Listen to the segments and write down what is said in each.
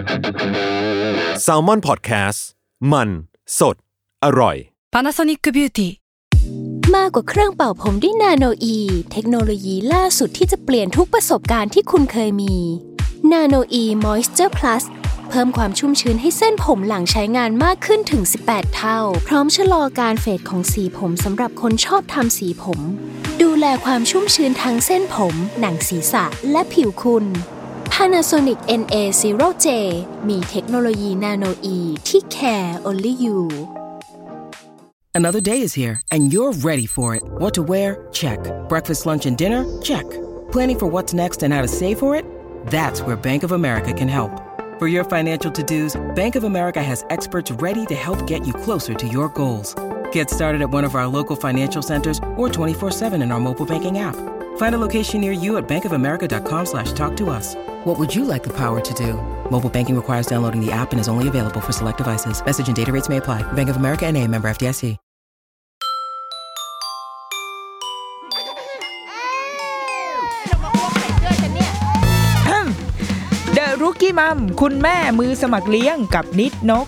Salmon Podcast มันสดอร่อย Panasonic Beauty มากกว่าเครื่องเป่าผมด้วยนาโนอีเทคโนโลยีล่าสุดที่จะเปลี่ยนทุกประสบการณ์ที่คุณเคยมีนาโนอีมอยส์เจอร์พลัสเพิ่มความชุ่มชื้นให้เส้นผมหลังใช้งานมากขึ้นถึง18เท่าพร้อมชะลอการเฟดของสีผมสำหรับคนชอบทำสีผมดูแลความชุ่มชื้นทั้งเส้นผมหนังศีรษะและผิวคุณ Panasonic NA0J มีเทคโนโลยีนาโนอีที่ care only you Another day is here, and you're ready for it. What to wear? Check. Breakfast, lunch, and dinner? Check. Planning for what's next and how to save for it? That's where Bank of America can help. For your financial to-dos, Bank of America has experts ready to help get you closer to your goals. Get started at one of our local financial centers or 24/7 in our mobile banking app. Find a location near you at bankofamerica.com/talktous. What would you like the power to do? Mobile banking requires downloading the app and is only available for select devices. Message and data rates may apply. Bank of America NA, member FDIC. The Rookie Mom คุณแม่มือสมัครเลี้ยงกับนิดนก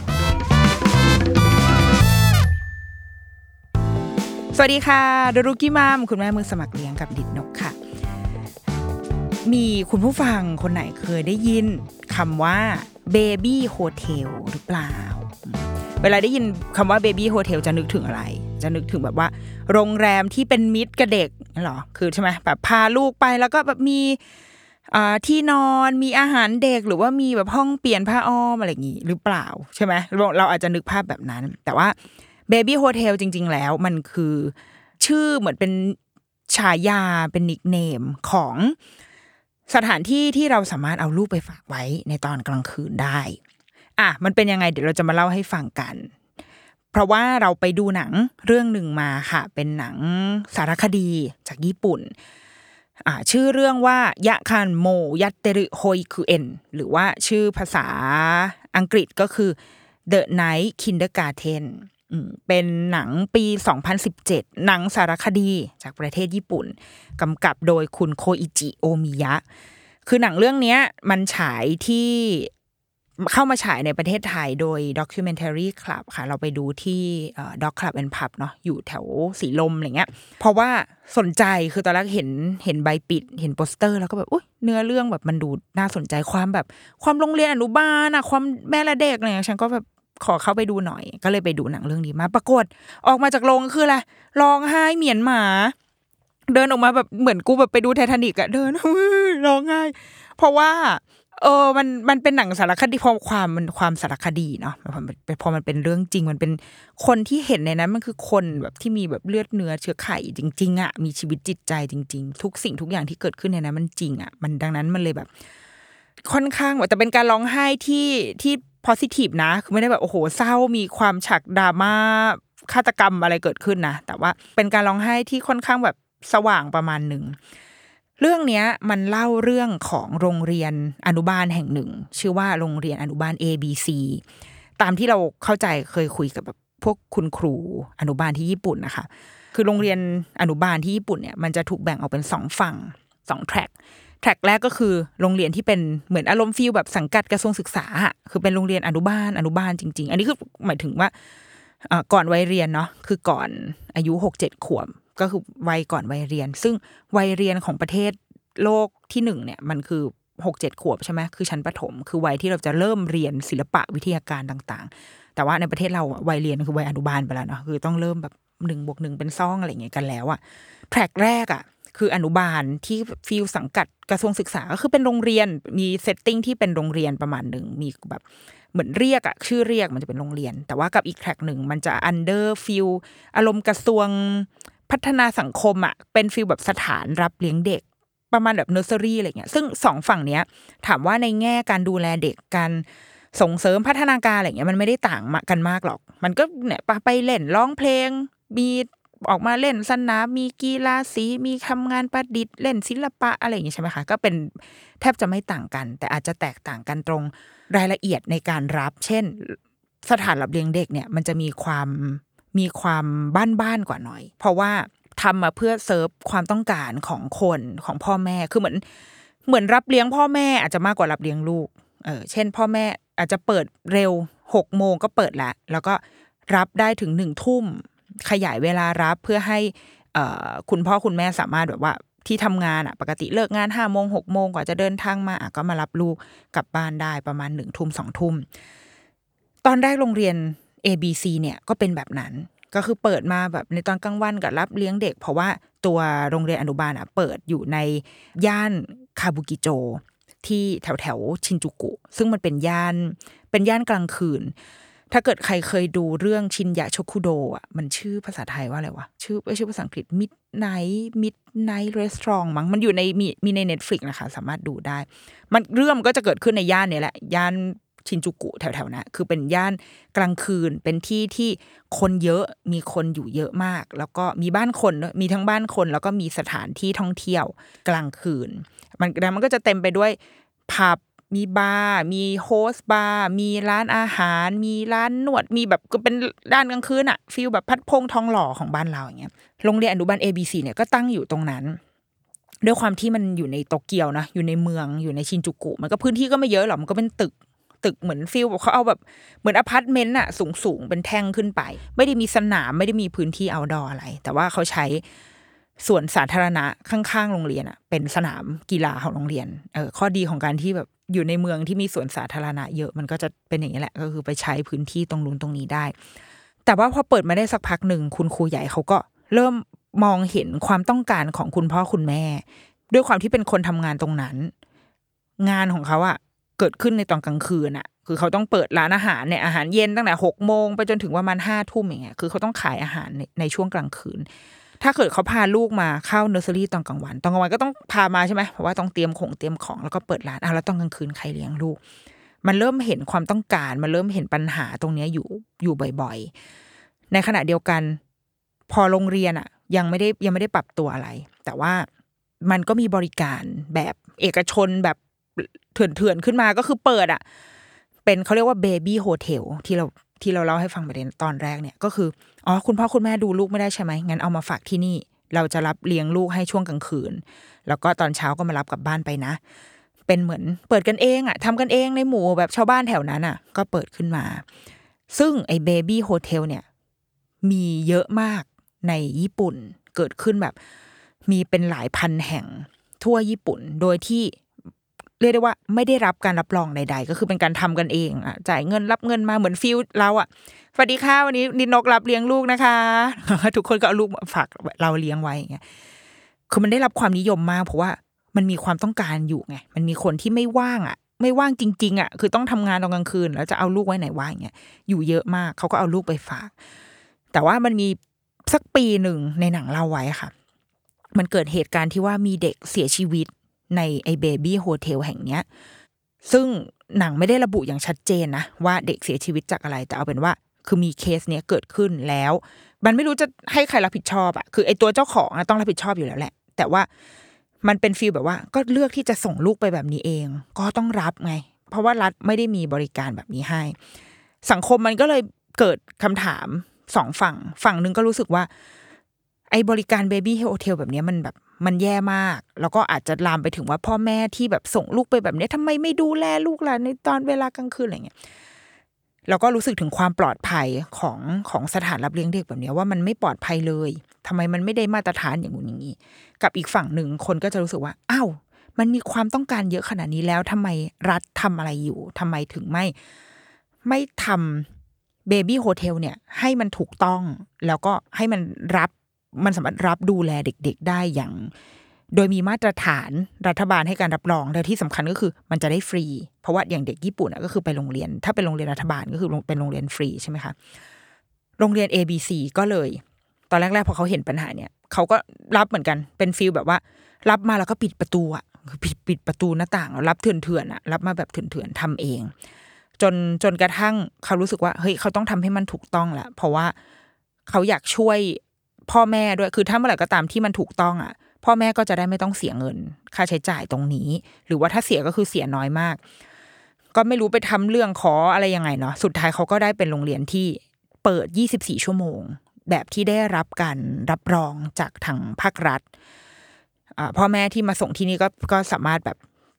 สวัสดีค่ะ The Rookie Mom คุณแม่มือสมัครเลี้ยงกับนิดนกค่ะมีคุณผู้ฟังคนไหนเคยได้ยินคำว่า Baby Hotel หรือเปล่าเวลาได้ยินคำว่า Baby Hotel จะนึกถึงอะไรจะนึกถึงแบบว่าโรงแรมที่เป็นมิตรกับเด็กเหรอคือใช่ไหมแบบพาลูกไปแล้วก็แบบมีที่นอนมีอาหารเด็กหรือว่ามีแบบห้องเปลี่ยนผ้าอ้อมอะไรอย่างงี้หรือเปล่าใช่ไหมเราอาจจะนึกภาพแบบนั้นแต่ว่า Baby Hotel จริงๆแล้วมันคือชื่อเหมือนเป็นฉายาเป็นนิคเนมของสถานที่ที่เราสามารถเอาลูกไปฝากไว้ในตอนกลางคืนได้มันเป็นยังไงเดี๋ยวเราจะมาเล่าให้ฟังกันเพราะว่าเราไปดูหนังเรื่องหนึ่งมาค่ะเป็นหนังสารคดีจากญี่ปุ่นชื่อเรื่องว่ายะคันโมยัตเตรุโฮยคุเอ็นหรือว่าชื่อภาษาอังกฤษก็คือ The Night Kindergarten เป็นหนังปี2017หนังสารคดีจากประเทศญี่ปุ่นกำกับโดยคุณโคอิจิโอมิยะคือหนังเรื่องนี้มันฉายที่เข้ามาฉายในประเทศไทยโดย Documentary Club ค่ะเราไปดูที่Doc Club and Pub เนาะอยู่แถวสีลมอะไรเงี้ยเพราะว่าสนใจคือตอนแรกเห็นใบปิดเห็นโปสเตอร์แล้วก็แบบอุ๊ยเนื้อเรื่องแบบมันดูน่าสนใจความโรงเรียนอนุบาลความแม่และเด็กอะไรอย่างเงี้ยฉันก็แบบขอเข้าไปดูหน่อยก็เลยไปดูหนังเรื่องนี้มาปรากฏออกมาจากโรงคืออะไรร้องไห้เหมียนหมาเดินออกมาแบบเหมือนกูแบบไปดูไททานิคอะเดินร้องไห้เพราะว่ามันเป็นหนังสารคดีพอความสารคดีเนาะพอมันเป็นเรื่องจริงมันเป็นคนที่เห็นในนั้นมันคือคนแบบที่มีแบบเลือดเนื้อเชื้อไขจริงๆอ่ะมีชีวิตจิตใจจริงๆทุกสิ่งทุกอย่างที่เกิดขึ้นในนั้นมันจริงอ่ะมันดังนั้นมันเลยแบบค่อนข้างแต่เป็นการร้องไห้ที่ positive นะคือไม่ได้แบบโอ้โหเศร้ามีความฉากดราม่าฆาตกรรมอะไรเกิดขึ้นนะแต่ว่าเป็นการร้องไห้ที่ค่อนข้างแบบสว่างประมาณนึงเรื่องนี้มันเล่าเรื่องของโรงเรียนอนุบาลแห่งหนึ่งชื่อว่าโรงเรียนอนุบาล ABC ตามที่เราเข้าใจเคยคุยกับแบบพวกคุณครูอนุบาลที่ญี่ปุ่นนะคะคือโรงเรียนอนุบาลที่ญี่ปุ่นเนี่ยมันจะถูกแบ่งออกเป็น2ฝั่ง2แทร็กแรกก็คือโรงเรียนที่เป็นเหมือนอารมณ์ฟีลแบบสังกัดกระทรวงศึกษาคือเป็นโรงเรียนอนุบาลจริงๆอันนี้คือหมายถึงว่าก่อนวัยเรียนเนาะคือก่อนอายุ 6-7 ขวบก็คือวัยก่อนวัยเรียนซึ่งวัยเรียนของประเทศโลกที่1เนี่ยมันคือ 6-7 ขวบใช่ไหมคือชั้นประถมคือวัยที่เราจะเริ่มเรียนศิลปะวิทยาการต่างๆแต่ว่าในประเทศเราวัยเรียนคือวัยอนุบาลไปแล้วเนาะคือต้องเริ่มแบบ1+1เป็นซ่องอะไรอย่างเงี้ยกันแล้วอะแทร็กแรกอะคืออนุบาลที่ฟีลสังกัดกระทรวงศึกษาก็คือเป็นโรงเรียนมีเซตติ้งที่เป็นโรงเรียนประมาณนึงมีแบบเหมือนเรียกอะชื่อเรียกมันจะเป็นโรงเรียนแต่ว่ากับอีกแทร็กนึงมันจะอันเดอร์ฟีลอารมณ์กระทรวงพัฒนาสังคมอ่ะเป็นฟีลแบบสถานรับเลี้ยงเด็กประมาณแบบเนอร์เซอรี่อะไรเงี้ยซึ่ง2ฝั่งเนี้ยถามว่าในแง่การดูแลเด็กการส่งเสริมพัฒนาการอะไรเงี้ยมันไม่ได้ต่างกันมากหรอกมันก็เนี่ยไปเล่นร้องเพลงมีออกมาเล่นสนามมีกีฬาสีมีทำงานประดิษฐ์เล่นศิลปะอะไรอย่างงี้ใช่ไหมคะก็เป็นแทบจะไม่ต่างกันแต่อาจจะแตกต่างกันตรงรายละเอียดในการรับเช่นสถานรับเลี้ยงเด็กเนี่ยมันจะมีความบ้านๆกว่าหน่อยเพราะว่าทำมาเพื่อเซิร์ฟความต้องการของคนของพ่อแม่คือเหมือนรับเลี้ยงพ่อแม่อาจจะมากกว่ารับเลี้ยงลูกเช่นพ่อแม่อาจจะเปิดเร็ว6 โมงก็เปิดแล้วก็รับได้ถึง1 ทุ่มขยายเวลารับเพื่อให้คุณพ่อคุณแม่สามารถแบบว่าที่ทำงานปกติเลิกงาน5 โมง6 โมงกว่าจะเดินทางมาก็มารับลูกกลับบ้านได้ประมาณ1 ทุ่ม2 ทุ่มตอนแรกโรงเรียน ABC เนี่ยก็เป็นแบบนั้นก็คือเปิดมาแบบในตอนกลางวันกับรับเลี้ยงเด็กเพราะว่าตัวโรงเรียนอนุบาลเปิดอยู่ในย่านคาบุกิโจที่แถวชินจูกุซึ่งมันเป็นย่านกลางคืนถ้าเกิดใครเคยดูเรื่องชินยะโชคุโดมันชื่อภาษาไทยว่าอะไรวะชื่อภาษาอังกฤษ Midnight Restaurant มั้งมันอยู่ในมีใน Netflix นะคะสามารถดูได้มันเรื่องก็จะเกิดขึ้นในย่านนี้แหละย่านชินจูกุแถวๆนั้นคือเป็นย่านกลางคืนเป็นที่ที่คนเยอะมีคนอยู่เยอะมากแล้วก็มีบ้านคนมีทั้งบ้านคนแล้วก็มีสถานที่ท่องเที่ยวกลางคืนมันก็จะเต็มไปด้วยผับมีบาร์มีโฮสต์บาร์มีร้านอาหารมีร้านนวดมีแบบก็เป็นด้านกลางคืนฟีลแบบพัดพงทองหล่อของบ้านเราอย่างเงี้ยโรงเรียนอนุบาล ABC เนี่ยก็ตั้งอยู่ตรงนั้นด้วยความที่มันอยู่ในโตเกียวนะอยู่ในเมืองอยู่ในชินจูกุมันก็พื้นที่ก็ไม่เยอะหรอกมันก็เป็นตึกเหมือนฟีลเขาเอาแบบเหมือนอพาร์ตเมนต์สูงเป็นแท่งขึ้นไปไม่ได้มีสนามไม่ได้มีพื้นที่เอาท์ดอร์อะไรแต่ว่าเขาใช้สวนสาธารณะข้างๆโรงเรียนเป็นสนามกีฬาของโรงเรียนข้อดีของการที่แบบอยู่ในเมืองที่มีสวนสาธารณะเยอะมันก็จะเป็นอย่างนี้แหละก็คือไปใช้พื้นที่ตรงนู้นตรงนี้ได้แต่ว่าพอเปิดมาได้สักพักหนึ่งคุณครูใหญ่เขาก็เริ่มมองเห็นความต้องการของคุณพ่อคุณแม่ด้วยความที่เป็นคนทำงานตรงนั้นงานของเขาเกิดขึ้นในตอนกลางคืนคือเขาต้องเปิดร้านอาหารเนี่ยอาหารเย็นตั้งแต่6 โมงไปจนถึงประมาณ5 ทุ่มอย่างเงี้ยคือเขาต้องขายอาหารในช่วงกลางคืนถ้าเกิดเขาพาลูกมาเข้าเนอร์เซอรี่ตอนกลางวันก็ต้องพามาใช่ไหมเพราะว่าต้องเตรียมของแล้วก็เปิดร้านแล้วตอนกลางคืนใครเลี้ยงลูกมันเริ่มเห็นความต้องการมันเริ่มเห็นปัญหาตรงนี้อยู่บ่อยๆในขณะเดียวกันพอโรงเรียนยังไม่ได้ปรับตัวอะไรแต่ว่ามันก็มีบริการแบบเอกชนแบบเถื่อนขึ้นมาก็คือเปิดเป็นเขาเรียกว่าเบบี้โฮเทลที่เราเล่าให้ฟังไปในตอนแรกเนี่ยก็คือคุณพ่อคุณแม่ดูลูกไม่ได้ใช่ไหมงั้นเอามาฝากที่นี่เราจะรับเลี้ยงลูกให้ช่วงกลางคืนแล้วก็ตอนเช้าก็มารับกลับบ้านไปนะเป็นเหมือนเปิดกันเองทำกันเองในหมู่แบบชาวบ้านแถวนั้นก็เปิดขึ้นมาซึ่งไอ้เบบี้โฮเทลเนี่ยมีเยอะมากในญี่ปุ่นเกิดขึ้นแบบมีเป็นหลายพันแห่งทั่วญี่ปุ่นโดยที่เรียกได้ว่าไม่ได้รับการรับรองใดๆก็คือเป็นการทำกันเองจ่ายเงินรับเงินมาเหมือนฟิลเราสวัสดีค่ะวันนี้นินนกรับเลี้ยงลูกนะคะ ทุกคนก็เอาลูกฝากเราเลี้ยงไว้อย่างเงี้ยคือมันได้รับความนิยมมากเพราะว่ามันมีความต้องการอยู่ไงมันมีคนที่ไม่ว่างจริงๆคือต้องทำงานตอนกลางคืนแล้วจะเอาลูกไว้ไหนวะอย่างเงี้ยอยู่เยอะมากเขาก็เอาลูกไปฝากแต่ว่ามันมีสักปีหนึ่งในหนังเล่าไว้ค่ะมันเกิดเหตุการณ์ที่ว่ามีเด็กเสียชีวิตในไอ้เบบี้โฮเทลแห่งเนี้ยซึ่งหนังไม่ได้ระบุอย่างชัดเจนนะว่าเด็กเสียชีวิตจากอะไรแต่เอาเป็นว่าคือมีเคสเนี้ยเกิดขึ้นแล้วมันไม่รู้จะให้ใครรับผิดชอบคือไอ้ตัวเจ้าของต้องรับผิดชอบอยู่แล้วแหละแต่ว่ามันเป็นฟีลแบบว่าก็เลือกที่จะส่งลูกไปแบบนี้เองก็ต้องรับไงเพราะว่ารัฐไม่ได้มีบริการแบบนี้ให้สังคมมันก็เลยเกิดคำถาม2 ฝั่งนึงก็รู้สึกว่าไอ้บริการเบบี้โฮเทลแบบนี้มันแย่มากแล้วก็อาจจะลามไปถึงว่าพ่อแม่ที่แบบส่งลูกไปแบบนี้ทำไมไม่ดูแลลูกล่ะในตอนเวลากลางคืนอะไรเงี้ยแล้วก็รู้สึกถึงความปลอดภัยของสถานรับเลี้ยงเด็กแบบนี้ว่ามันไม่ปลอดภัยเลยทำไมมันไม่ได้มาตรฐานอย่างนู้นอย่างนี้กับอีกฝั่งหนึ่งคนก็จะรู้สึกว่าอ้าวมันมีความต้องการเยอะขนาดนี้แล้วทำไมรัฐทำอะไรอยู่ทำไมถึงไม่ทำเบบี้โฮเทลเนี่ยให้มันถูกต้องแล้วก็ให้มันสามารถรับดูแลเด็กๆได้อย่างโดยมีมาตรฐานรัฐบาลให้การรับรองและที่สำคัญก็คือมันจะได้ฟรีเพราะว่าอย่างเด็กญี่ปุ่นก็คือไปโรงเรียนถ้าเป็นโรงเรียนรัฐบาลก็คือเป็นโรงเรียนฟรีใช่ไหมคะโรงเรียน ABC ก็เลยตอนแรกๆพอเขาเห็นปัญหาเนี่ยเขาก็รับเหมือนกันเป็นฟีลแบบว่ารับมาแล้วก็ปิดประตูปิดประตูหน้าต่างแล้วรับเถื่อนๆรับมาแบบเถื่อนๆทำเองจนกระทั่งเขารู้สึกว่าเฮ้ยเขาต้องทำให้มันถูกต้องแหละเพราะว่าเขาอยากช่วยพ่อแม่ด้วยคือถ้าเมื่อไหร่ก็ตามที่มันถูกต้องพ่อแม่ก็จะได้ไม่ต้องเสียเงินค่าใช้จ่ายตรงนี้หรือว่าถ้าเสียก็คือเสียน้อยมากก็ไม่รู้ไปทำเรื่องขออะไรยังไงเนาะสุดท้ายเขาก็ได้เป็นโรงเรียนที่เปิด24 ชั่วโมงแบบที่ได้รับการรับรองจากทางภาครัฐพ่อแม่ที่มาส่งที่นี่ก็สามารถแบบ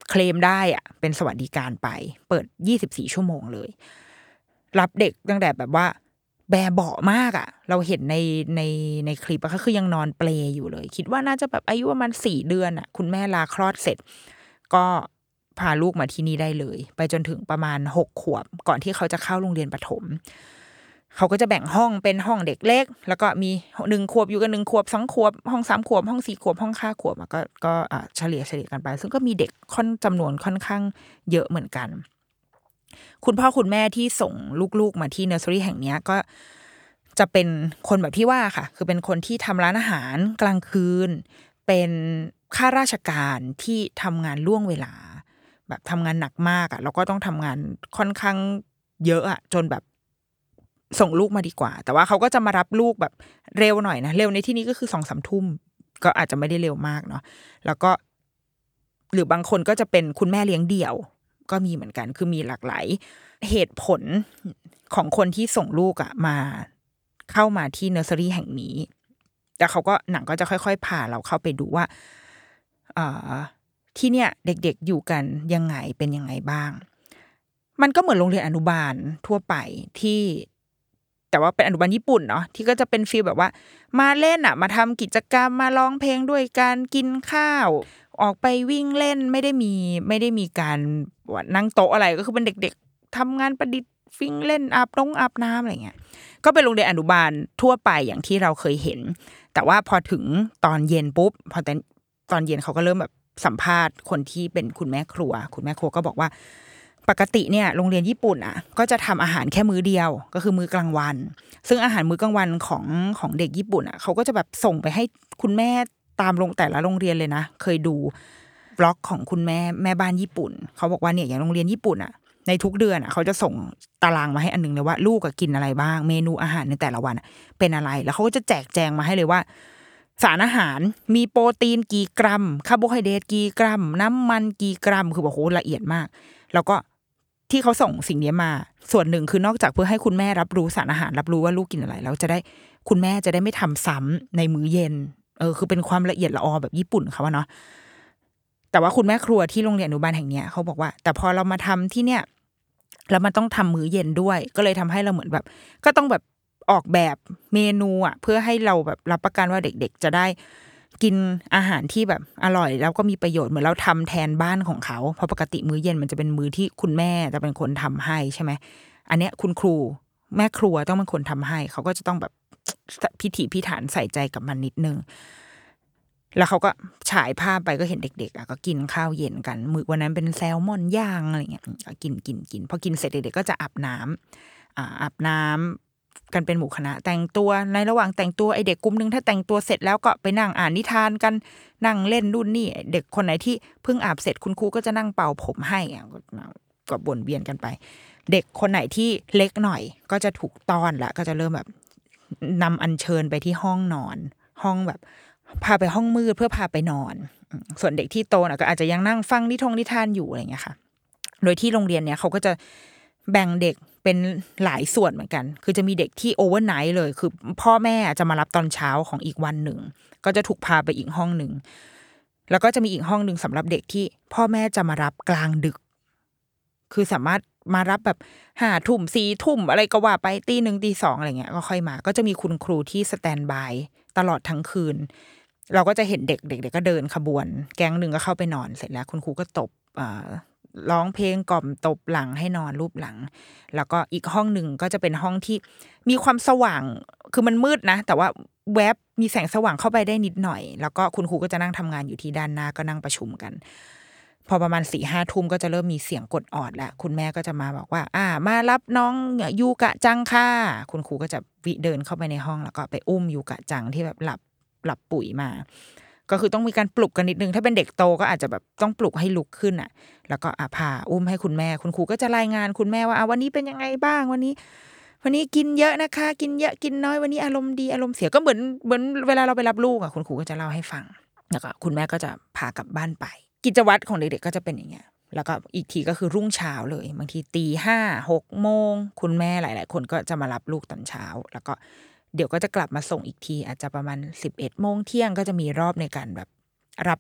เคลมได้อ่ะเป็นสวัสดิการไปเปิด24ชั่วโมงเลยรับเด็กตั้งแต่แบบว่าแบเบาะมากอ่ะเราเห็นในคลิปก็คือยังนอนเปลอยู่เลยคิดว่าน่าจะแบบอายุประมาณ4 เดือนอ่ะคุณแม่ลาคลอดเสร็จก็พาลูกมาที่นี่ได้เลยไปจนถึงประมาณ6 ขวบก่อนที่เขาจะเข้าโรงเรียนประถมเขาก็จะแบ่งห้องเป็นห้องเด็กเล็กแล้วก็มี1 ขวบอยู่กับ1 ขวบ2 ขวบห้อง3 ขวบห้อง4 ขวบห้อง5 ขวบก็เฉลี่ยกันไปซึ่งก็มีเด็กจำนวนค่อนข้างเยอะเหมือนกันคุณพ่อคุณแม่ที่ส่งลูกๆมาที่เนอร์เซอรี่แห่งนี้ก็จะเป็นคนแบบที่ว่าค่ะคือเป็นคนที่ทำร้านอาหารกลางคืนเป็นข้าราชการที่ทำงานล่วงเวลาแบบทำงานหนักมากอ่ะแล้วก็ต้องทำงานค่อนข้างเยอะอ่ะจนแบบส่งลูกมาดีกว่าแต่ว่าเขาก็จะมารับลูกแบบเร็วหน่อยนะเร็วในที่นี้ก็คือ2-3 ทุ่มก็อาจจะไม่ได้เร็วมากเนาะแล้วก็หรือบางคนก็จะเป็นคุณแม่เลี้ยงเดี่ยวก็มีเหมือนกันคือมีหลากหลายเหตุผลของคนที่ส่งลูกอ่ะมาเข้ามาที่เนอร์เซอรี่แห่งนี้แต่เขาก็หนังก็จะค่อยๆพาเราเข้าไปดูว่าที่เนี่ยเด็กๆอยู่กันยังไงเป็นยังไงบ้างมันก็เหมือนโรงเรียนอนุบาลทั่วไปที่แต่ว่าเป็นอนุบาลญี่ปุ่นเนาะที่ก็จะเป็นฟีลแบบว่ามาเล่นอ่ะมาทำกิจกรรมมาร้องเพลงด้วยการกินข้าวออกไปวิ่งเล่นไม่ได้มีการนั่งโต๊ะอะไรก็คือเป็นเด็กๆทำงานประดิษฐ์วิ่งเล่นอาบน้ำอะไรเงี้ยก็เป็นโรงเรียนอนุบาลทั่วไปอย่างที่เราเคยเห็นแต่ว่าพอถึงตอนเย็นปุ๊บพอตอนเย็นเขาก็เริ่มแบบสัมภาษณ์คนที่เป็นคุณแม่ครัวก็บอกว่าปกติเนี่ยโรงเรียนญี่ปุ่นอ่ะก็จะทำอาหารแค่มื้อเดียวก็คือมื้อกลางวันซึ่งอาหารมื้อกลางวันของเด็กญี่ปุ่นอ่ะเขาก็จะแบบส่งไปให้คุณแม่ตามแต่ละโรงเรียนเลยนะเคยดูบล็อกของคุณแม่บ้านญี่ปุ่นเขาบอกว่าเนี่ยอย่างโรงเรียนญี่ปุ่นอ่ะในทุกเดือนอ่ะเขาจะส่งตารางมาให้อันนึงเลยว่าลูกกินอะไรบ้างเมนูอาหารในแต่ละวันเป็นอะไรแล้วเขาก็จะแจกแจงมาให้เลยว่าสารอาหารมีโปรตีนกี่กรัมคาร์โบไฮเดรตกี่กรัมน้ำมันกี่กรัมคือแบบโหละเอียดมากแล้วก็ที่เขาส่งสิ่งนี้มาส่วนหนึ่งคือนอกจากเพื่อให้คุณแม่รับรู้สารอาหารรับรู้ว่าลูกกินอะไรแล้วจะได้คุณแม่จะได้ไม่ทำซ้ำในมื้อเย็นคือเป็นความละเอียดละออแบบญี่ปุ่นเขาเนาะแต่ว่าคุณแม่ครัวที่โรงเรียนอนุบาลแห่งเนี้ยเขาบอกว่าแต่พอเรามาทำที่เนี่ยแล้วมันต้องทำมื้อเย็นด้วยก็เลยทำให้เราเหมือนแบบก็ต้องแบบออกแบบเมนูอ่ะเพื่อให้เราแบบรับประกันว่าเด็กๆจะได้กินอาหารที่แบบอร่อยแล้วก็มีประโยชน์เหมือนเราทำแทนบ้านของเขาเพราะปกติมื้อเย็นมันจะเป็นมื้อที่คุณแม่จะเป็นคนทำให้ใช่ไหมอันเนี้ยคุณครูแม่ครัวต้องเป็นคนทำให้เขาก็จะต้องแบบพิถีพิถันใส่ใจกับมันนิดนึงแล้วเขาก็ฉายภาพไปก็เห็นเด็กๆก็กินข้าวเย็นกันมื้อวันนั้นเป็นแซลมอนย่างอะไรเงี้ยกินพอกินเสร็จเด็กๆก็จะอาบน้ำกันเป็นหมู่คณะแต่งตัวในระหว่างแต่งตัวไอเด็กกลุ่มนึงถ้าแต่งตัวเสร็จแล้วก็ไปนั่งอ่านนิทานกันนั่งเล่นนู่นนี่เด็กคนไหนที่เพิ่งอาบเสร็จคุณครูก็จะนั่งเป่าผมให้ก็บ่นเวียนกันไปเด็กคนไหนที่เล็กหน่อยก็จะถูกต้อนละก็จะเริ่มแบบนำอัญเชิญไปที่ห้องนอนห้องแบบพาไปห้องมืดเพื่อพาไปนอนส่วนเด็กที่โตก็อาจจะยังนั่งฟังนิทานอยู่อะไรอย่างเงี้ยค่ะโดยที่โรงเรียนเนี้ยเขาก็จะแบ่งเด็กเป็นหลายส่วนเหมือนกันคือจะมีเด็กที่โอเวอร์ไนท์เลยคือพ่อแม่จะมารับตอนเช้าของอีกวันหนึ่งก็จะถูกพาไปอีกห้องหนึ่งแล้วก็จะมีอีกห้องหนึ่งสำหรับเด็กที่พ่อแม่จะมารับกลางดึกคือสามารถมารับแบบ5 ทุ่ม4 ทุ่มอะไรก็ว่าไปตี 1ตี 2อะไรเงี้ยก็ค่อยมาก็จะมีคุณครูที่สแตนบายตลอดทั้งคืนเราก็จะเห็นเด็กก็เดินขบวนแก๊งหนึ่งก็เข้าไปนอนเสร็จแล้วคุณครูก็ตบร้องเพลงกล่อมตบหลังให้นอนรูปหลังแล้วก็อีกห้องหนึ่งก็จะเป็นห้องที่มีความสว่างคือมันมืดนะแต่ว่าแวบมีแสงสว่างเข้าไปได้นิดหน่อยแล้วก็คุณครูก็จะนั่งทำงานอยู่ที่ด้านหน้าก็นั่งประชุมกันพอประมาณ 4-5 ทุ่มก็จะเริ่มมีเสียงกดออดแล้วคุณแม่ก็จะมาบอกว่ามารับน้องยูกะจังค่ะคุณครูก็จะเดินเข้าไปในห้องแล้วก็ไปอุ้มยูกะจังที่แบบหลับปุ๋ยมาก็คือต้องมีการปลุกกันนิดนึงถ้าเป็นเด็กโตก็อาจจะแบบต้องปลุกให้ลุกขึ้นแล้วก็พาอุ้มให้คุณแม่คุณครูก็จะรายงานคุณแม่ว่าวันนี้เป็นยังไงบ้างวันนี้กินเยอะนะคะกินเยอะกินน้อยวันนี้อารมณ์ดีอารมณ์เสียก็เหมือนเวลาเราไปรับลูกคุณครูก็จะเล่าให้ฟังแล้วก็คุณแม่ก็จะพากลับบ้านไปกิจวัตรของเด็กๆก็จะเป็นอย่างเงี้ยแล้วก็อีกทีก็คือรุ่งเช้าเลยบางที 5:00-6:00 นคุณแม่หลายๆคนก็จะมารับลูกตอนเช้าแล้วก็เดี๋ยวก็จะกลับมาส่งอีกทีอาจจะประมาณ 11:00 นเที่ยงก็จะมีรอบในการแบบรับเด็ก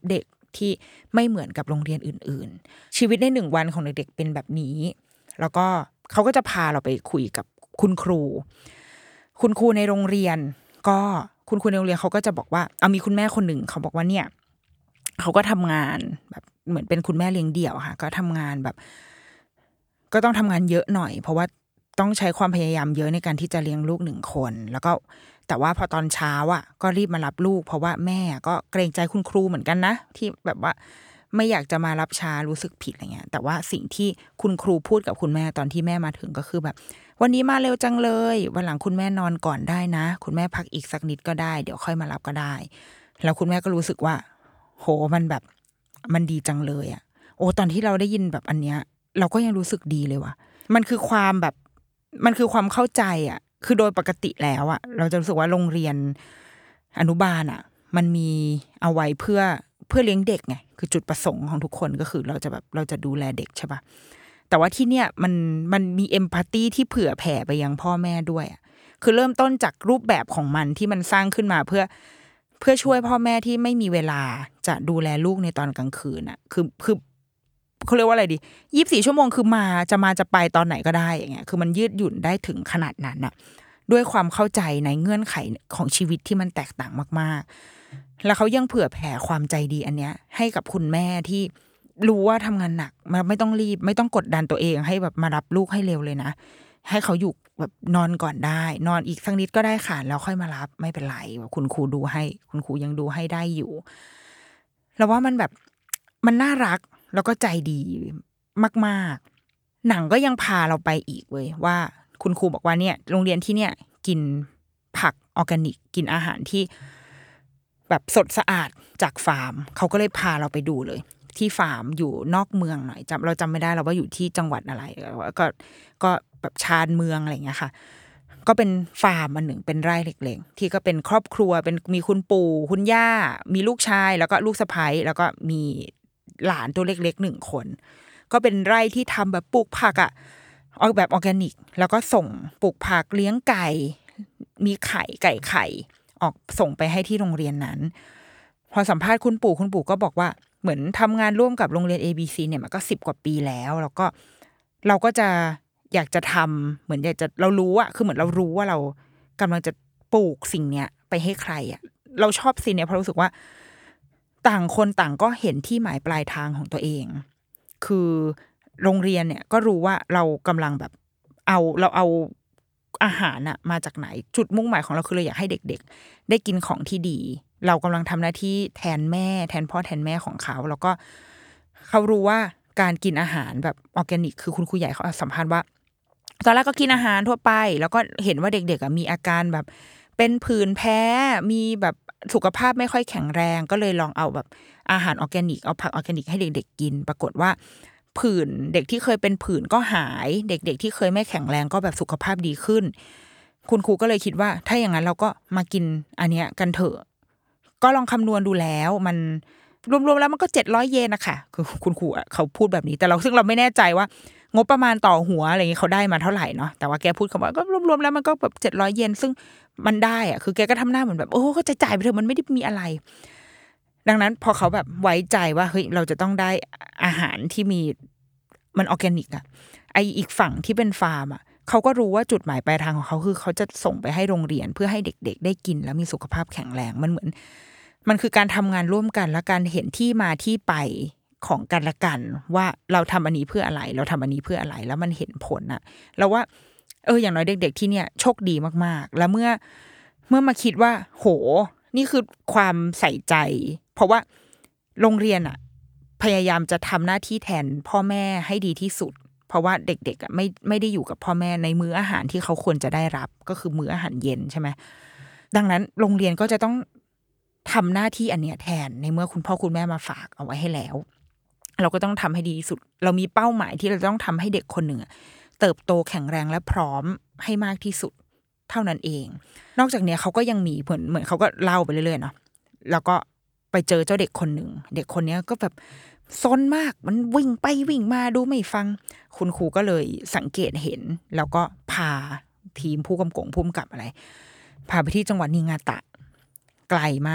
ที่ไม่เหมือนกับโรงเรียนอื่นๆชีวิตใน1วันของเด็กๆเป็นแบบนี้แล้วก็เขาก็จะพาเราไปคุยกับคุณครูในโรงเรียนก็คุณครูในโรงเรียนเขาก็จะบอกว่าเอามีคุณแม่คนหนึ่งเขาบอกว่าเนี่ยเขาก็ทำงานแบบเหมือนเป็นคุณแม่เลี้ยงเดี่ยวค่ะก็ทำงานแบบก็ต้องทำงานเยอะหน่อยเพราะว่าต้องใช้ความพยายามเยอะในการที่จะเลี้ยงลูก1คนแล้วก็แต่ว่าพอตอนเช้าอ่ะก็รีบมารับลูกเพราะว่าแม่ก็เกรงใจคุณครูเหมือนกันนะที่แบบว่าไม่อยากจะมารับช้ารู้สึกผิดอะไรเงี้ยแต่ว่าสิ่งที่คุณครูพูดกับคุณแม่ตอนที่แม่มาถึงก็คือแบบวันนี้มาเร็วจังเลยวันหลังคุณแม่นอนก่อนได้นะคุณแม่พักอีกสักนิดก็ได้เดี๋ยวค่อยมารับก็ได้แล้วคุณแม่ก็รู้สึกว่าโหมันแบบมันดีจังเลยอ่ะโอ้ตอนที่เราได้ยินแบบอันเนี้ยเราก็ยังรู้สึกดีเลยว่ะมันคือความแบบมันคือความเข้าใจอ่ะคือโดยปกติแล้วอ่ะเราจะรู้สึกว่าโรงเรียนอนุบาลอ่ะมันมีเอาไว้เพื่อเลี้ยงเด็กไงคือจุดประสงค์ของทุกคนก็คือเราจะดูแลเด็กใช่ปะแต่ว่าที่เนี่ยมันมีเอมพัตตีที่เผื่อแผ่ไปยังพ่อแม่ด้วยอ่ะคือเริ่มต้นจากรูปแบบของมันที่มันสร้างขึ้นมาเพื่อช่วยพ่อแม่ที่ไม่มีเวลาจะดูแลลูกในตอนกลางคืนอ่ะคือเขาเรียกว่าอะไรดี24ชั่วโมงคือจะไปตอนไหนก็ได้อย่างเงี้ยคือมันยืดหยุ่นได้ถึงขนาดนั้นน่ะด้วยความเข้าใจในเงื่อนไขของชีวิตที่มันแตกต่างมากๆแล้วเขายังเผื่อแผ่ความใจดีอันเนี้ยให้กับคุณแม่ที่รู้ว่าทำงานหนักไม่ต้องรีบไม่ต้องกดดันตัวเองให้แบบมารับลูกให้เร็วเลยนะให้เขาอยู่แบบนอนก่อนได้นอนอีกสักนิดก็ได้ค่ะแล้วค่อยมารับไม่เป็นไรคุณครูดูให้คุณครูยังดูให้ได้อยู่แล้วว่ามันแบบมันน่ารักแล้วก็ใจดีมากๆหนังก็ยังพาเราไปอีกเว้ยว่าคุณครูบอกว่าเนี่ยโรงเรียนที่เนี่ยกินผักออร์แกนิกกินอาหารที่แบบสดสะอาดจากฟาร์มเขาก็เลยพาเราไปดูเลยที่ฟาร์มอยู่นอกเมืองหน่อยเราจำไม่ได้แล้วว่าอยู่ที่จังหวัดอะไรก็แบบชานเมืองอะไรอย่างเงี้ยค่ะก็เป็นฟาร์มอันหนึ่งเป็นไร่เล็กๆที่ก็เป็นครอบครัวเป็นมีคุณปู่คุณย่ามีลูกชายแล้วก็ลูกสะใภ้แล้วก็มีหลานตัวเล็กๆ1คนก็เป็นไร่ที่ทำแบบปลูกผักอ่ะออกแบบออร์แกนิกแล้วก็ส่งปลูกผักเลี้ยงไก่มีไก่ไข่ออกส่งไปให้ที่โรงเรียนนั้นพอสัมภาษณ์คุณปู่ก็บอกว่าเหมือนทำงานร่วมกับโรงเรียน ABC เนี่ยมันก็10 กว่าปีแล้วก็เราก็จะอยากจะทำเหมือนอยากจะเรารู้อะคือเหมือนเรารู้ว่าเรากำลังจะปลูกสิ่งเนี้ยไปให้ใครอะเราชอบสิ่งเนี้ยเพราะรู้สึกว่าต่างคนต่างก็เห็นที่หมายปลายทางของตัวเองคือโรงเรียนเนี่ยก็รู้ว่าเรากำลังแบบเราเอาอาหารอะมาจากไหนจุดมุ่งหมายของเราคือเราอยากให้เด็กๆได้กินของที่ดีเรากำลังทำหน้าที่แทนพ่อแทนแม่ของเขาแล้วก็เขารู้ว่าการกินอาหารแบบออร์แกนิกคือคุณครูใหญ่เขาสัมภาษณ์ว่าตอนแรกก็กินอาหารทั่วไปแล้วก็เห็นว่าเด็กๆมีอาการแบบเป็นผื่นแพ้มีแบบสุขภาพไม่ค่อยแข็งแรงก็เลยลองเอาแบบอาหารออร์แกนิกเอาผักออร์แกนิกให้เด็กๆกินปรากฏว่าผื่นเด็กที่เคยเป็นผื่นก็หายเด็กๆที่เคยไม่แข็งแรงก็แบบสุขภาพดีขึ้นคุณครูก็เลยคิดว่าถ้าอย่างนั้นเราก็มากินอันเนี้ยกันเถอะก็ลองคำนวณดูแล้วมันรวมๆแล้วมันก็700 เยนนะคะคือคุณครูเขาพูดแบบนี้แต่ซึ่งเราไม่แน่ใจว่างบประมาณต่อหัวอะไรอย่างเงี้ยเขาได้มาเท่าไหร่เนาะแต่ว่าแกพูดคำว่าก็รวมๆแล้วมันก็แบบ700 เยนซึ่งมันได้อะคือแกก็ทำหน้าเหมือนแบบโอ้ก็จะจ่ายไปเถอะมันไม่ได้มีอะไรดังนั้นพอเขาแบบไว้ใจว่าเฮ้ยเราจะต้องได้อาหารที่มีมันออร์แกนิกอะไออีกฝั่งที่เป็นฟาร์มอะเขาก็รู้ว่าจุดหมายปลายทางของเขาคือเขาจะส่งไปให้โรงเรียนเพื่อให้เด็กๆได้กินแล้วมีสุขภาพแข็งแรงมันคือการทำงานร่วมกันและการเห็นที่มาที่ไปของกันและกันว่าเราทำอันนี้เพื่ออะไรเราทำอันนี้เพื่ออะไรแล้วมันเห็นผลอะแล้วว่าอย่างน้อยเด็กๆที่เนี่ยโชคดีมากๆแล้วเมื่อมาคิดว่าโหนี่คือความใส่ใจเพราะว่าโรงเรียนอะพยายามจะทำหน้าที่แทนพ่อแม่ให้ดีที่สุดเพราะว่าเด็กๆไม่ได้อยู่กับพ่อแม่ในมื้ออาหารที่เขาควรจะได้รับก็คือมื้ออาหารเย็นใช่ไหมดังนั้นโรงเรียนก็จะต้องทำหน้าที่อันเนี้ยแทนในเมื่อคุณพ่อคุณแม่มาฝากเอาไว้ให้แล้วเราก็ต้องทำให้ดีที่สุดเรามีเป้าหมายที่เราต้องทำให้เด็กคนหนึ่งเติบโตแข็งแรงและพร้อมให้มากที่สุดเท่านั้นเองนอกจากนี้เขาก็ยังมีเหมือนเขาก็เล่าไปเรื่อยๆเนาะแล้วก็ไปเจอเจ้าเด็กคนหนึ่งเด็กคนนี้ก็แบบซนมากมันวิ่งไปวิ่งมาดูไม่ฟังคุณครูก็เลยสังเกตเห็นแล้วก็พาทีมผู้กำกับอะไรพาไปที่จังหวัดนิงาตะไกลมากไ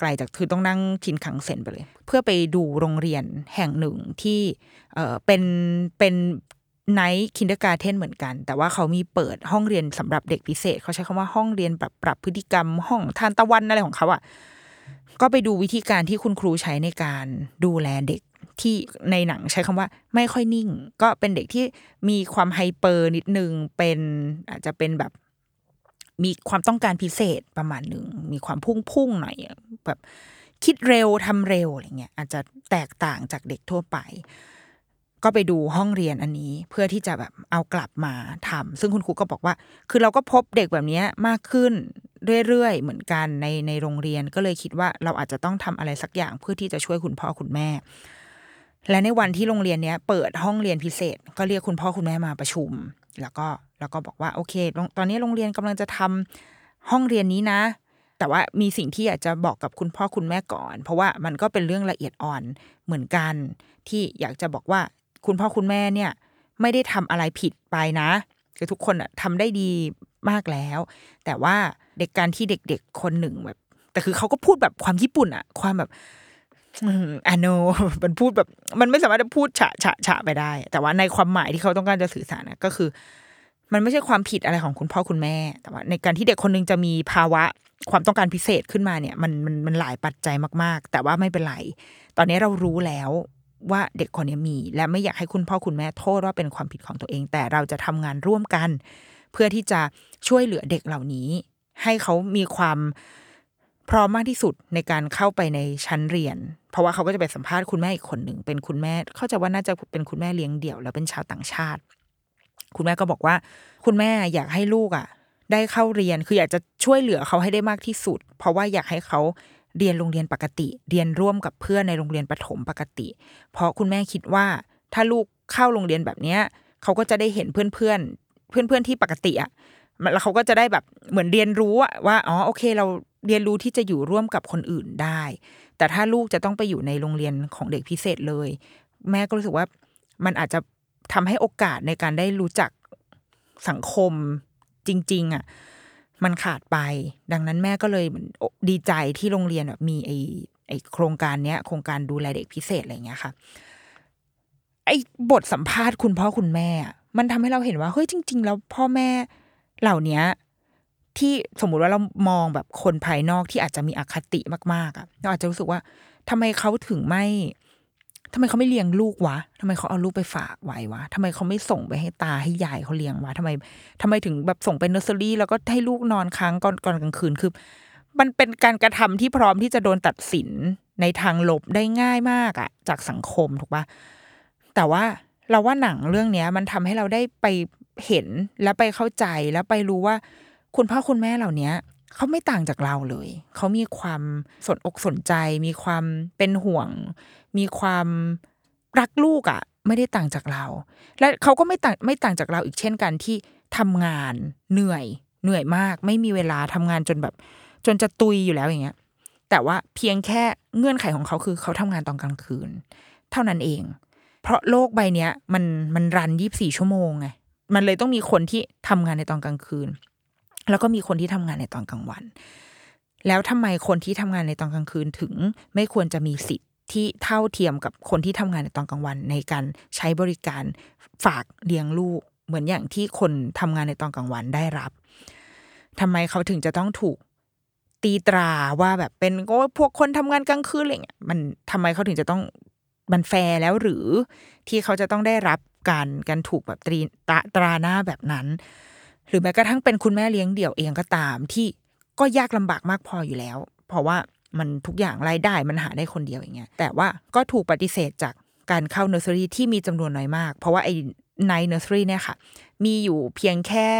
ไกลจากคือต้องนั่งชินคังเซ็นไปเลยเพื่อไปดูโรงเรียนแห่งหนึ่งที่เป็นไนท์คินเดอร์การ์เทนเหมือนกันแต่ว่าเขามีเปิดห้องเรียนสำหรับเด็กพิเศษเขาใช้คำว่าห้องเรียนปรับพฤติกรรมห้องทานตะวันอะไรของเขาอ่ะก็ไปดูวิธีการที่คุณครูใช้ในการดูแลเด็กที่ในหนังใช้คำว่าไม่ค่อยนิ่งก็เป็นเด็กที่มีความไฮเปอร์นิดนึงเป็นอาจจะเป็นแบบมีความต้องการพิเศษประมาณนึงมีความพุ่งหน่อยแบบคิดเร็วทำเร็วอะไรเงี้ยอาจจะแตกต่างจากเด็กทั่วไปก็ไปดูห้องเรียนอันนี้เพื่อที่จะแบบเอากลับมาทำซึ่งคุณครูก็บอกว่าคือเราก็พบเด็กแบบนี้มากขึ้นเรื่อยๆเหมือนกันในโรงเรียนก็เลยคิดว่าเราอาจจะต้องทำอะไรสักอย่างเพื่อที่จะช่วยคุณพ่อคุณแม่และในวันที่โรงเรียนเนี้ยเปิดห้องเรียนพิเศษก็เรียกคุณพ่อคุณแม่มาประชุมแล้วก็บอกว่าโอเคตอนนี้โรงเรียนกำลังจะทำห้องเรียนนี้นะแต่ว่ามีสิ่งที่อยากจะบอกกับคุณพ่อคุณแม่ก่อนเพราะว่ามันก็เป็นเรื่องละเอียดอ่อนเหมือนกันที่อยากจะบอกว่าคุณพ่อคุณแม่เนี่ยไม่ได้ทำอะไรผิดไปนะคือทุกคนทำได้ดีมากแล้วแต่ว่าการที่เด็กๆคนหนึ่งแบบแต่คือเขาก็พูดแบบความญี่ปุ่นอะความแบบโนมันพูดแบบมันไม่สามารถจะพูดฉะไปได้แต่ว่าในความหมายที่เขาต้องการจะสื่อสารนะก็คือมันไม่ใช่ความผิดอะไรของคุณพ่อคุณแม่แต่ว่าในการที่เด็กคนนึงจะมีภาวะความต้องการพิเศษขึ้นมาเนี่ยมันหลายปัจจัยมากๆแต่ว่าไม่เป็นไรตอนนี้เรารู้แล้วว่าเด็กคนนี้มีและไม่อยากให้คุณพ่อคุณแม่โทษว่าเป็นความผิดของตัวเองแต่เราจะทำงานร่วมกันเพื่อที่จะช่วยเหลือเด็กเหล่านี้ให้เขามีความพร้อมมากที่สุดในการเข้าไปในชั้นเรียนเพราะว่าเขาก็จะไปสัมภาษณ์คุณแม่อีกคนหนึ่งเป็นคุณแม่เข้าใจว่าน่าจะเป็นคุณแม่เลี้ยงเดี่ยวแล้วเป็นชาวต่างชาติคุณแม่ก็บอกว่าคุณแม่อยากให้ลูกได้เข้าเรียนคืออยากจะช่วยเหลือเขาให้ได้มากที่สุดเพราะว่าอยากให้เขาเรียนโรงเรียนปกติเรียนร่วมกับเพื่อนในโรงเรียนประถมปกติเพราะคุณแม่คิดว่าถ้าลูกเข้าโรงเรียนแบบนี้เขาก็จะได้เห็นเพื่อนที่ปกติแล้วเขาก็จะได้แบบเหมือนเรียนรู้ว่าอ๋อโอเคเราเรียนรู้ที่จะอยู่ร่วมกับคนอื่นได้แต่ถ้าลูกจะต้องไปอยู่ในโรงเรียนของเด็กพิเศษเลยแม่ก็รู้สึกว่ามันอาจจะทำให้โอกาสในการได้รู้จักสังคมจริงๆมันขาดไปดังนั้นแม่ก็เลยดีใจที่โรงเรียนแบบมีไอ้โครงการเนี้ยโครงการดูแลเด็กพิเศษอะไรอย่างเงี้ยค่ะไอ้บทสัมภาษณ์คุณพ่อคุณแม่มันทำให้เราเห็นว่าเฮ้ยจริงๆแล้วพ่อแม่เหล่านี้ที่สมมุติว่าเรามองแบบคนภายนอกที่อาจจะมีอคติมากๆเราอาจจะรู้สึกว่าทำไมเขาไม่เลี้ยงลูกวะทำไมเขาเอาลูกไปฝากไว้วะทำไมเขาไม่ส่งไปให้ตาให้ยายเขาเลี้ยงวะทำไมถึงแบบส่งไปเนอร์เซอรี่แล้วก็ให้ลูกนอนค้างก่อนกลางคืนคือมันเป็นการกระทำที่พร้อมที่จะโดนตัดสินในทางลบได้ง่ายมากจากสังคมถูกปะแต่ว่าเราว่าหนังเรื่องนี้มันทำให้เราได้ไปเห็นและไปเข้าใจแล้วไปรู้ว่าคุณพ่อคุณแม่เหล่านี้เขาไม่ต่างจากเราเลยเขามีความสนอกสนใจมีความเป็นห่วงมีความรักลูกไม่ได้ต่างจากเราและเขาก็ไม่ต่างจากเราอีกเช่นกันที่ทำงานเหนื่อยมากไม่มีเวลาทำงานจนจะตุยอยู่แล้วอย่างเงี้ยแต่ว่าเพียงแค่เงื่อนไขของเขาคือเขาทำงานตอนกลางคืนเท่านั้นเองเพราะโลกใบนี้มันรัน24 ชั่วโมงไงมันเลยต้องมีคนที่ทำงานในตอนกลางคืนแล้วก็มีคนที่ทำงานในตอนกลางวันแล้วทำไมคนที่ทำงานในตอนกลางคืนถึงไม่ควรจะมีสิทธิ์ที่เท่าเทียมกับคนที่ทำงานในตอนกลางวันในการใช้บริการฝากเลี้ยงลูกเหมือนอย่างที่คนทำงานในตอนกลางวันได้รับทำไมเขาถึงจะต้องถูกตีตราว่าแบบเป็นพวกคนทำงานกลางคืนอะไรเงี้ยมันทำไมเขาถึงจะต้องมันแฟร์แล้วหรือที่เขาจะต้องได้รับการถูกแบบตราหน้าแบบนั้นหรือแม้กระทั่งเป็นคุณแม่เลี้ยงเดี่ยวเองก็ตามที่ก็ยากลำบากมากพออยู่แล้วเพราะว่ามันทุกอย่างรายได้มันหาได้คนเดียวอย่างเงี้ยแต่ว่าก็ถูกปฏิเสธจากการเข้าเนอร์เซอรี่ที่มีจำนวนน้อยมากเพราะว่าไอ้ในเนอร์เซอรี่เนี่ยค่ะมีอยู่เพียงแค่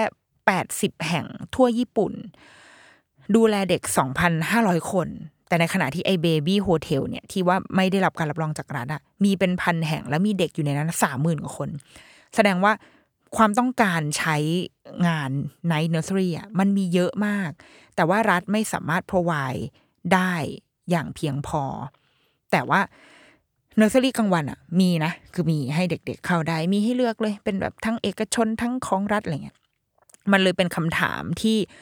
80 แห่งทั่วญี่ปุ่นดูแลเด็ก 2,500 คนแต่ในขณะที่ไอ้เบบี้โฮเทลเนี่ยที่ว่าไม่ได้รับการรับรองจากรัฐมีเป็น1,000 แห่งแล้วมีเด็กอยู่ในนั้น 30,000 กว่าคนแสดงว่าความต้องการใช้งานในเนอร์เซอรี่มันมีเยอะมากแต่ว่ารัฐไม่สามารถ provide ได้อย่างเพียงพอแต่ว่าเนอร์เซอรี่กลางวันมีนะคือมีให้เด็กๆเข้าได้มีให้เลือกเลยเป็นแบบทั้งเอกชนทั้งของรัฐอะไรเงี้ยมันเลยเป็นคำถามที่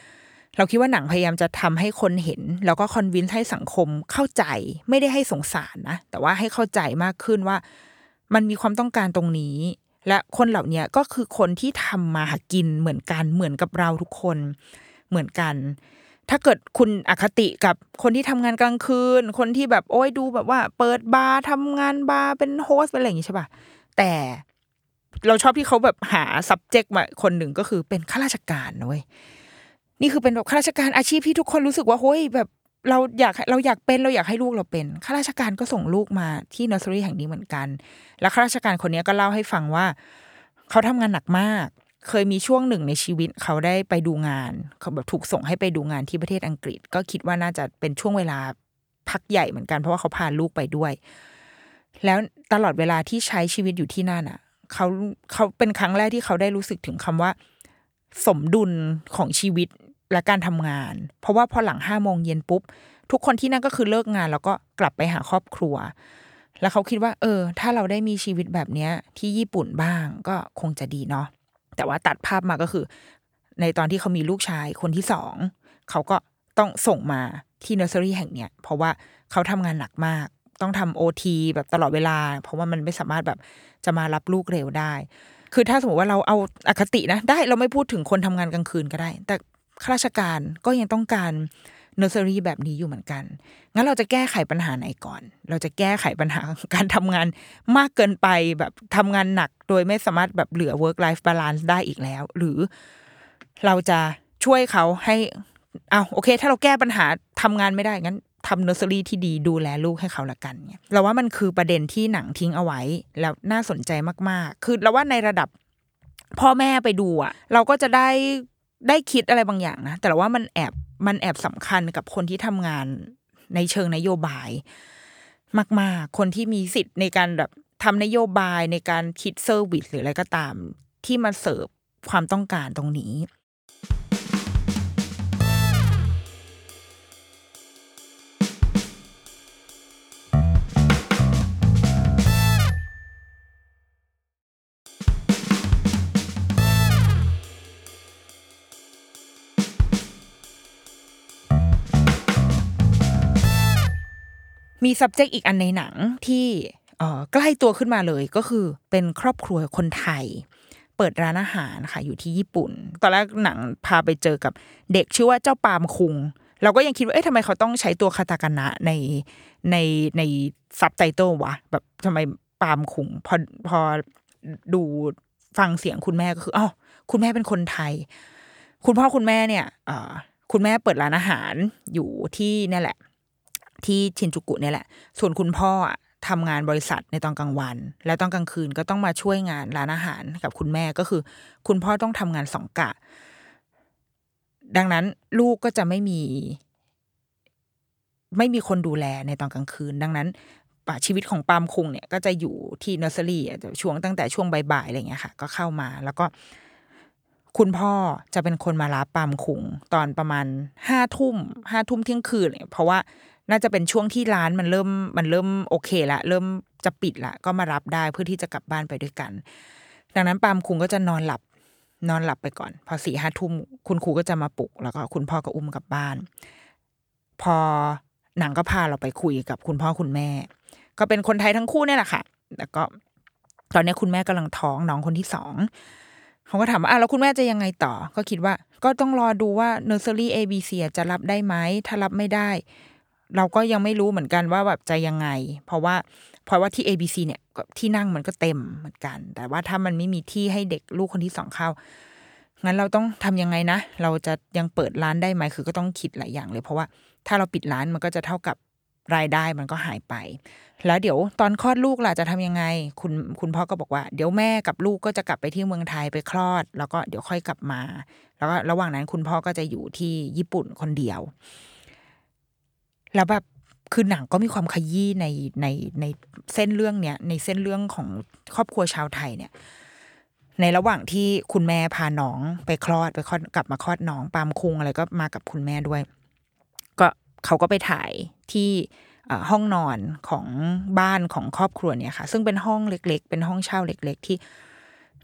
เราคิดว่าหนังพยายามจะทำให้คนเห็นแล้วก็คอนวินส์ให้สังคมเข้าใจไม่ได้ให้สงสารนะแต่ว่าให้เข้าใจมากขึ้นว่ามันมีความต้องการตรงนี้และคนเหล่านี้ก็คือคนที่ทำมาหากินเหมือนกันเหมือนกับเราทุกคนเหมือนกันถ้าเกิดคุณอคติกับคนที่ทำงานกลางคืนคนที่แบบโอ้ยดูแบบว่าเปิดบาร์ทำงานบาร์เป็นโฮสต์เป็นอะไรอย่างงี้ใช่ป่ะแต่เราชอบที่เขาแบบหา subject มาคนหนึ่งก็คือเป็นข้าราชการนะเว้ยนี่คือเป็นแบบข้าราชการอาชีพที่ทุกคนรู้สึกว่าเฮ้ยแบบเราอยากให้ลูกเราเป็นข้าราชการก็ส่งลูกมาที่เนอร์เซอรี่แห่งนี้เหมือนกันแล้วข้าราชการคนนี้ก็เล่าให้ฟังว่าเขาทำงานหนักมากเคยมีช่วงหนึ่งในชีวิตเขาได้ไปดูงานเขาแบบถูกส่งให้ไปดูงานที่ประเทศอังกฤษก็คิดว่าน่าจะเป็นช่วงเวลาพักใหญ่เหมือนกันเพราะว่าเขาพาลูกไปด้วยแล้วตลอดเวลาที่ใช้ชีวิตอยู่ที่นั่นอ่ะเขาเป็นครั้งแรกที่เขาได้รู้สึกถึงคำว่าสมดุลของชีวิตและการทำงานเพราะว่าพอหลัง5 โมงเย็นปุ๊บทุกคนที่นั่นก็คือเลิกงานแล้วก็กลับไปหาครอบครัวแล้วเขาคิดว่าถ้าเราได้มีชีวิตแบบเนี้ยที่ญี่ปุ่นบ้างก็คงจะดีเนาะแต่ว่าตัดภาพมาก็คือในตอนที่เขามีลูกชายคนที่2เขาก็ต้องส่งมาที่เนอร์เซอรี่แห่งเนี้ยเพราะว่าเขาทำงานหนักมากต้องทำ OT แบบตลอดเวลาเพราะว่ามันไม่สามารถแบบจะมารับลูกเร็วได้คือถ้าสมมติว่าเราเอาอคตินะได้เราไม่พูดถึงคนทำงานกลางคืนก็ได้แต่ข้าราชการก็ยังต้องการเนอร์เซอรี่แบบนี้อยู่เหมือนกันงั้นเราจะแก้ไขปัญหาไหนก่อนเราจะแก้ไขปัญหาการทำงานมากเกินไปแบบทำงานหนักโดยไม่สามารถแบบเหลือ work life balance ได้อีกแล้วหรือเราจะช่วยเขาให้โอเคถ้าเราแก้ปัญหาทำงานไม่ได้งั้นทำเนอร์เซอรี่ที่ดีดูแลลูกให้เขาละกันเนี่ยเราว่ามันคือประเด็นที่หนังทิ้งเอาไว้แล้วน่าสนใจมากๆคือเราว่าในระดับพ่อแม่ไปดูเราก็จะได้คิดอะไรบางอย่างนะแต่ว่ามันแอบสำคัญกับคนที่ทำงานในเชิงนโยบายมากๆคนที่มีสิทธิ์ในการแบบทำนโยบายในการคิดเซอร์วิสหรืออะไรก็ตามที่มาเสิร์ฟความต้องการตรงนี้มี subject อีกอันในหนังที่ใกล้ตัวขึ้นมาเลยก็คือเป็นครอบครัวคนไทยเปิดร้านอาหารค่ะอยู่ที่ญี่ปุ่นตอนแรกหนังพาไปเจอกับเด็กชื่อว่าเจ้าปามคุงเราก็ยังคิดว่าทำไมเขาต้องใช้ตัวคาตาคานะในซับไตเติลวะแบบทำไมปามคุงพอดูฟังเสียงคุณแม่ก็คือคุณแม่เป็นคนไทยคุณพ่อคุณแม่เนี่ยคุณแม่เปิดร้านอาหารอยู่ที่นี่แหละที่ชินจูกุเนี่ยแหละส่วนคุณพ่อทำงานบริษัทในตอนกลางวันแล้วตอนกลางคืนก็ต้องมาช่วยงานร้านอาหารกับคุณแม่ก็คือคุณพ่อต้องทำงาน2 กะดังนั้นลูกก็จะไม่มีคนดูแลในตอนกลางคืนดังนั้นชีวิตของปามคุงเนี่ยก็จะอยู่ที่เนอร์เซอรี่ช่วงตั้งแต่ช่วงบ่ายๆอะไรอย่างเงี้ยค่ะก็เข้ามาแล้วก็คุณพ่อจะเป็นคนมารับปามคุงตอนประมาณ5 ทุ่มเที่ยงคืนเพราะว่าน่าจะเป็นช่วงที่ร้านมันเริ่มโอเคละเริ่มจะปิดละก็มารับได้เพื่อที่จะกลับบ้านไปด้วยกันดังนั้นปามคุงก็จะนอนหลับไปก่อนพอ 4-5 ทุ่มคุณครูก็จะมาปลุกแล้วก็คุณพ่อก็อุ้มกลับบ้านพอหนังก็พาเราไปคุยกับคุณพ่อคุณแม่ก็เป็นคนไทยทั้งคู่เนี่ยแหละค่ะแล้วก็ตอนนี้คุณแม่กำลังท้องน้องคนที่2เขาก็ถามว่าแล้วคุณแม่จะยังไงต่อก็คิดว่าก็ต้องรอดูว่าเนอร์เซอรี่ ABC จะรับได้ไหมถ้ารับไม่ได้เราก็ยังไม่รู้เหมือนกันว่าแบบจะยังไงเพราะว่าที่ ABC เนี่ยที่นั่งมันก็เต็มเหมือนกันแต่ว่าถ้ามันไม่มีที่ให้เด็กลูกคนที่2เข้างั้นเราต้องทำยังไงนะเราจะยังเปิดร้านได้ไหมคือก็ต้องคิดหลายอย่างเลยเพราะว่าถ้าเราปิดร้านมันก็จะเท่ากับรายได้มันก็หายไปแล้วเดี๋ยวตอนคลอดลูกล่ะจะทำยังไงคุณพ่อก็บอกว่าเดี๋ยวแม่กับลูกก็จะกลับไปที่เมืองไทยไปคลอดแล้วก็เดี๋ยวค่อยกลับมาแล้วก็ระหว่างนั้นคุณพ่อก็จะอยู่ที่ญี่ปุ่นคนเดียวแล้วแบบคือหนังก็มีความขยี้ในเส้นเรื่องเนี้ยในเส้นเรื่องของครอบครัวชาวไทยเนี่ยในระหว่างที่คุณแม่พาน้องไปคลอดกลับมาคลอดน้องปามคุงอะไรก็มากับคุณแม่ด้วยก็เขาก็ไปถ่ายที่ห้องนอนของบ้านของครอบครัวเนี่ยค่ะซึ่งเป็นห้องเล็กๆเป็นห้องเช่าเล็กๆที่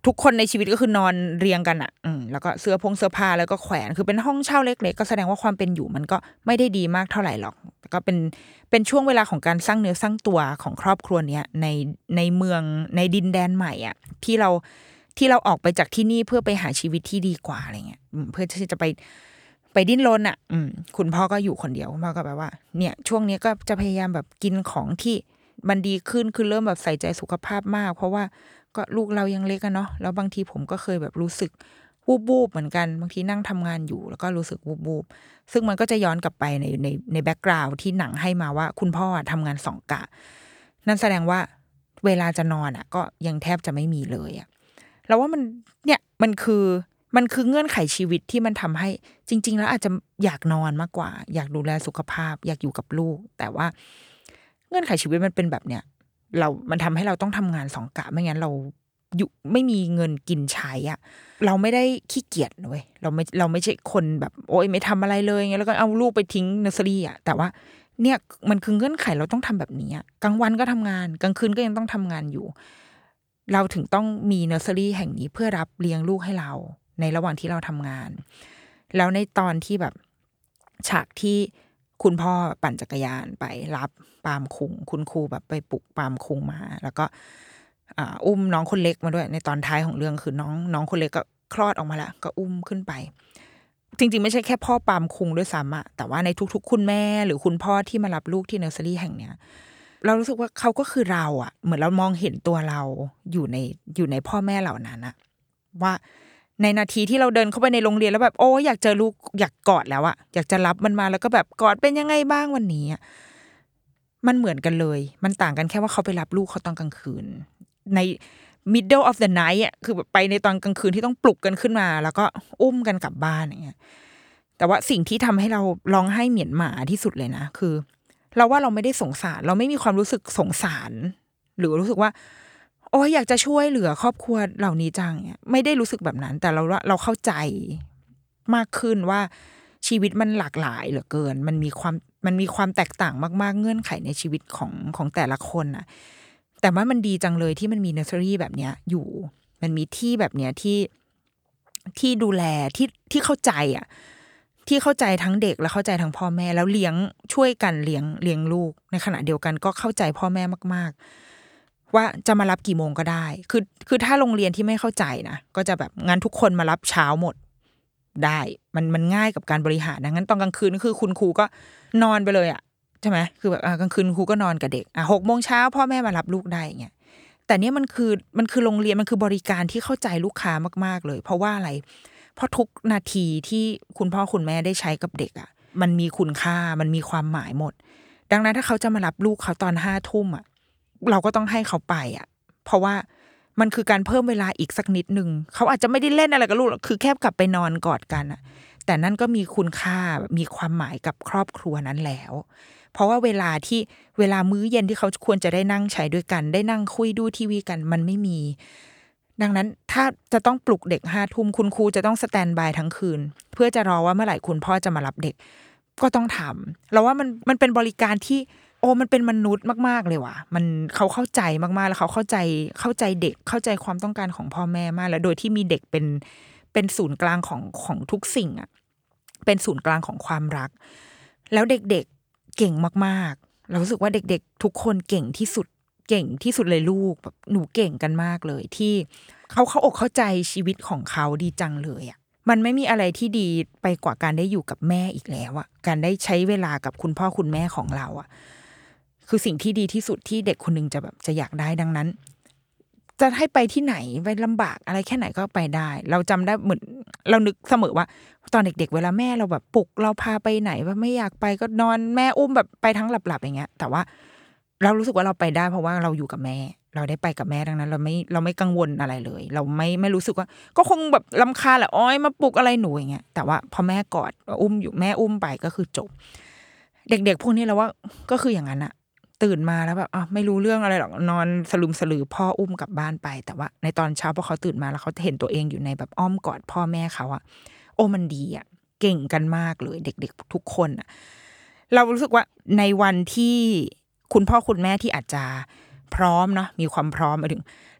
ทุกคนในชีวิตก็คือนอนเรียงกันอ่ะแล้วก็เสื้อผ้าแล้วก็แขวนคือเป็นห้องเช่าเล็กๆก็แสดงว่าความเป็นอยู่มันก็ไม่ได้ดีมากเท่าไหร่หรอกแต่ก็เป็นช่วงเวลาของการสร้างเนื้อสร้างตัวของครอบครัวเนี้ยในเมืองในดินแดนใหม่อ่ะที่เราออกไปจากที่นี่เพื่อไปหาชีวิตที่ดีกว่าอะไรเงี้ยเพื่อที่จะไปดิ้นรนอ่ะคุณพ่อก็อยู่คนเดียวพ่อก็แบบว่าเนี่ยช่วงนี้ก็จะพยายามแบบกินของที่มันดีขึ้นคือเริ่มแบบใส่ใจสุขภาพมากเพราะว่าก็ลูกเรายังเล็กอะเนาะแล้วบางทีผมก็เคยแบบรู้สึกวูบๆเหมือนกันบางทีนั่งทำงานอยู่แล้วก็รู้สึกวูบๆซึ่งมันก็จะย้อนกลับไปในแบ็กกราวด์ที่หนังให้มาว่าคุณพ่อทำงาน2 กะนั่นแสดงว่าเวลาจะนอนอ่ะก็ยังแทบจะไม่มีเลยอ่ะแล้วว่ามันคือเงื่อนไขชีวิตที่มันทำให้จริงๆแล้วอาจจะอยากนอนมากกว่าอยากดูแลสุขภาพอยากอยู่กับลูกแต่ว่าเงื่อนไขชีวิตมันเป็นแบบเนี้ยมันทำให้เราต้องทำงาน2 กะไม่งั้นเราอยู่ไม่มีเงินกินใช้อ่ะเราไม่ได้ขี้เกียจเว้ยเราไม่ใช่คนแบบโอ๊ยไม่ทำอะไรเลยไงแล้วก็เอาลูกไปทิ้งเนอร์เซอรี่อ่ะแต่ว่าเนี่ยมันคือเงื่อนไขเราต้องทำแบบนี้กลางวันก็ทำงานกลางคืนก็ยังต้องทำงานอยู่เราถึงต้องมีเนอร์เซอรี่แห่งนี้เพื่อรับเลี้ยงลูกให้เราในระหว่างที่เราทำงานแล้วในตอนที่แบบฉากที่คุณพ่อปั่นจักรยานไปรับปามคุงคุณครูแบบไปปลุกปามคุงมาแล้วก็อุ้มน้องคนเล็กมาด้วยในตอนท้ายของเรื่องคือน้องคนเล็กก็คลอดออกมาแล้วก็อุ้มขึ้นไปจริงๆไม่ใช่แค่พ่อปามคุงด้วยซ้ำอะแต่ว่าในทุกๆคุณแม่หรือคุณพ่อที่มารับลูกที่เนอร์เซอรี่แห่งเนี้ยเรารู้สึกว่าเขาก็คือเราอะเหมือนเรามองเห็นตัวเราอยู่ในพ่อแม่เหล่านั้นอะว่าในนาทีที่เราเดินเข้าไปในโรงเรียนแล้วแบบโอ้อยากเจอลูกอยากกอดแล้วอะอยากจะรับมันมาแล้วก็แบบกอดเป็นยังไงบ้างวันนี้อะมันเหมือนกันเลยมันต่างกันแค่ว่าเขาไปรับลูกเขาตอนกลางคืนใน middle of the night อ่ะคือแบบไปในตอนกลางคืนที่ต้องปลุกกันขึ้นมาแล้วก็อุ้มกันกลับบ้านอย่างเงี้ยแต่ว่าสิ่งที่ทำให้เราร้องไห้เหมียนหมาที่สุดเลยนะคือเราว่าเราไม่ได้สงสารเราไม่มีความรู้สึกสงสารหรือรู้สึกว่าโอ้ยอยากจะช่วยเหลือครอบครัวเหล่านี้จังเนี่ยไม่ได้รู้สึกแบบนั้นแต่เราเข้าใจมากขึ้นว่าชีวิตมันหลากหลายเหลือเกินมันมีความแตกต่างมากๆเงื่อนไขในชีวิตของแต่ละคนน่ะแต่ว่ามันดีจังเลยที่มันมีเนอร์เซอรี่แบบเนี้ยอยู่มันมีที่แบบเนี้ยที่ดูแลที่เข้าใจอ่ะที่เข้าใจทั้งเด็กและเข้าใจทั้งพ่อแม่แล้วเลี้ยงช่วยกันเลี้ยงลูกในขณะเดียวกันก็เข้าใจพ่อแม่มากๆว่าจะมารับกี่โมงก็ได้คือถ้าโรงเรียนที่ไม่เข้าใจนะก็จะแบบงั้นทุกคนมารับเช้าหมดได้มันง่ายกับการบริหารนะงั้นตอนกลางคืนคือคุณครูก็นอนไปเลยอ่ะใช่ไหมคือแบบกลางคืนครูก็นอนกับเด็ก6 โมงเช้าพ่อแม่มารับลูกได้อย่างเงี้ยแต่เนี้ยมันคือโรงเรียนมันคือบริการที่เข้าใจลูกค้ามากๆเลยเพราะว่าอะไรเพราะทุกนาทีที่คุณพ่อคุณแม่ได้ใช้กับเด็กอ่ะมันมีคุณค่ามันมีความหมายหมดดังนั้นถ้าเขาจะมารับลูกเขาตอน5 ทุ่มอ่ะเราก็ต้องให้เขาไปอ่ะเพราะว่ามันคือการเพิ่มเวลาอีกสักนิดนึงเขาอาจจะไม่ได้เล่นอะไรกับลูกคือแค่กลับไปนอนกอดกันอ่ะแต่นั่นก็มีคุณค่ามีความหมายกับครอบครัวนั้นแล้วเพราะว่าเวลามื้อเย็นที่เขาควรจะได้นั่งใช้ด้วยกันได้นั่งคุยดูทีวีกันมันไม่มีดังนั้นถ้าจะต้องปลุกเด็ก5 ทุ่มคุณครูจะต้องสแตนด์บายทั้งคืนเพื่อจะรอว่าเมื่อไหร่คุณพ่อจะมารับเด็กก็ต้องทำเราว่ามันเป็นบริการที่มันเป็นมนุษย์มากๆเลยว่ะมันเขาเข้าใจมากๆแล้วเขาเข้าใจเด็กเข้าใจความต้องการของพ่อแม่มากแล้วโดยที่มีเด็กเป็นศูนย์กลางของทุกสิ่งอ่ะเป็นศูนย์กลางของความรักแล้วเด็กๆเก่งมากๆเรารู้สึกว่าเด็กๆทุกคนเก่งที่สุดเลยลูกแบบหนูเก่งกันมากเลยที่เขาอกเข้าใจชีวิตของเขาดีจังเลยอ่ะมันไม่มีอะไรที่ดีไปกว่าการได้อยู่กับแม่อีกแล้วอ่ะการได้ใช้เวลากับคุณพ่อคุณแม่ของเราอ่ะคือสิ่งที่ดีที่สุดที่เด็กคนนึงจะอยากได้ดังนั้นจะให้ไปที่ไหนไปลำบากอะไรแค่ไหนก็ไปได้เราจำได้เหมือนเรานึกเสมอว่าตอนเด็กๆเวลาแม่เราแบบปลุกเราพาไปไหนว่าไม่อยากไปก็นอนแม่อุ้มแบบไปทั้งหลับๆอย่างเงี้ยแต่ว่าเรารู้สึกว่าเราไปได้เพราะว่าเราอยู่กับแม่เราได้ไปกับแม่ดังนั้นเราไม่กังวลอะไรเลยเราไม่รู้สึกว่าก็คงแบบรำคาญแหละอ้อยมาปลุกอะไรหนูอย่างเงี้ยแต่ว่าพอแม่กอดอุ้มอยู่แม่อุ้มไปก็คือจบเด็กๆพวกนี้เราว่าก็คืออย่างนั้นอะตื่นมาแล้วแบบไม่รู้เรื่องอะไรหรอกนอนสลืมสลือพ่ออุ้มกลับบ้านไปแต่ว่าในตอนเช้าพอเขาตื่นมาแล้วเขาเห็นตัวเองอยู่ในแบบอ้อมกอดพ่อแม่เขาอะมันดีอะเก่งกันมากเลยเด็กๆทุกคนอะเรารู้สึกว่าในวันที่คุณพ่อคุณแม่ที่อาจจะพร้อมเนาะมีความพร้อมมาถึง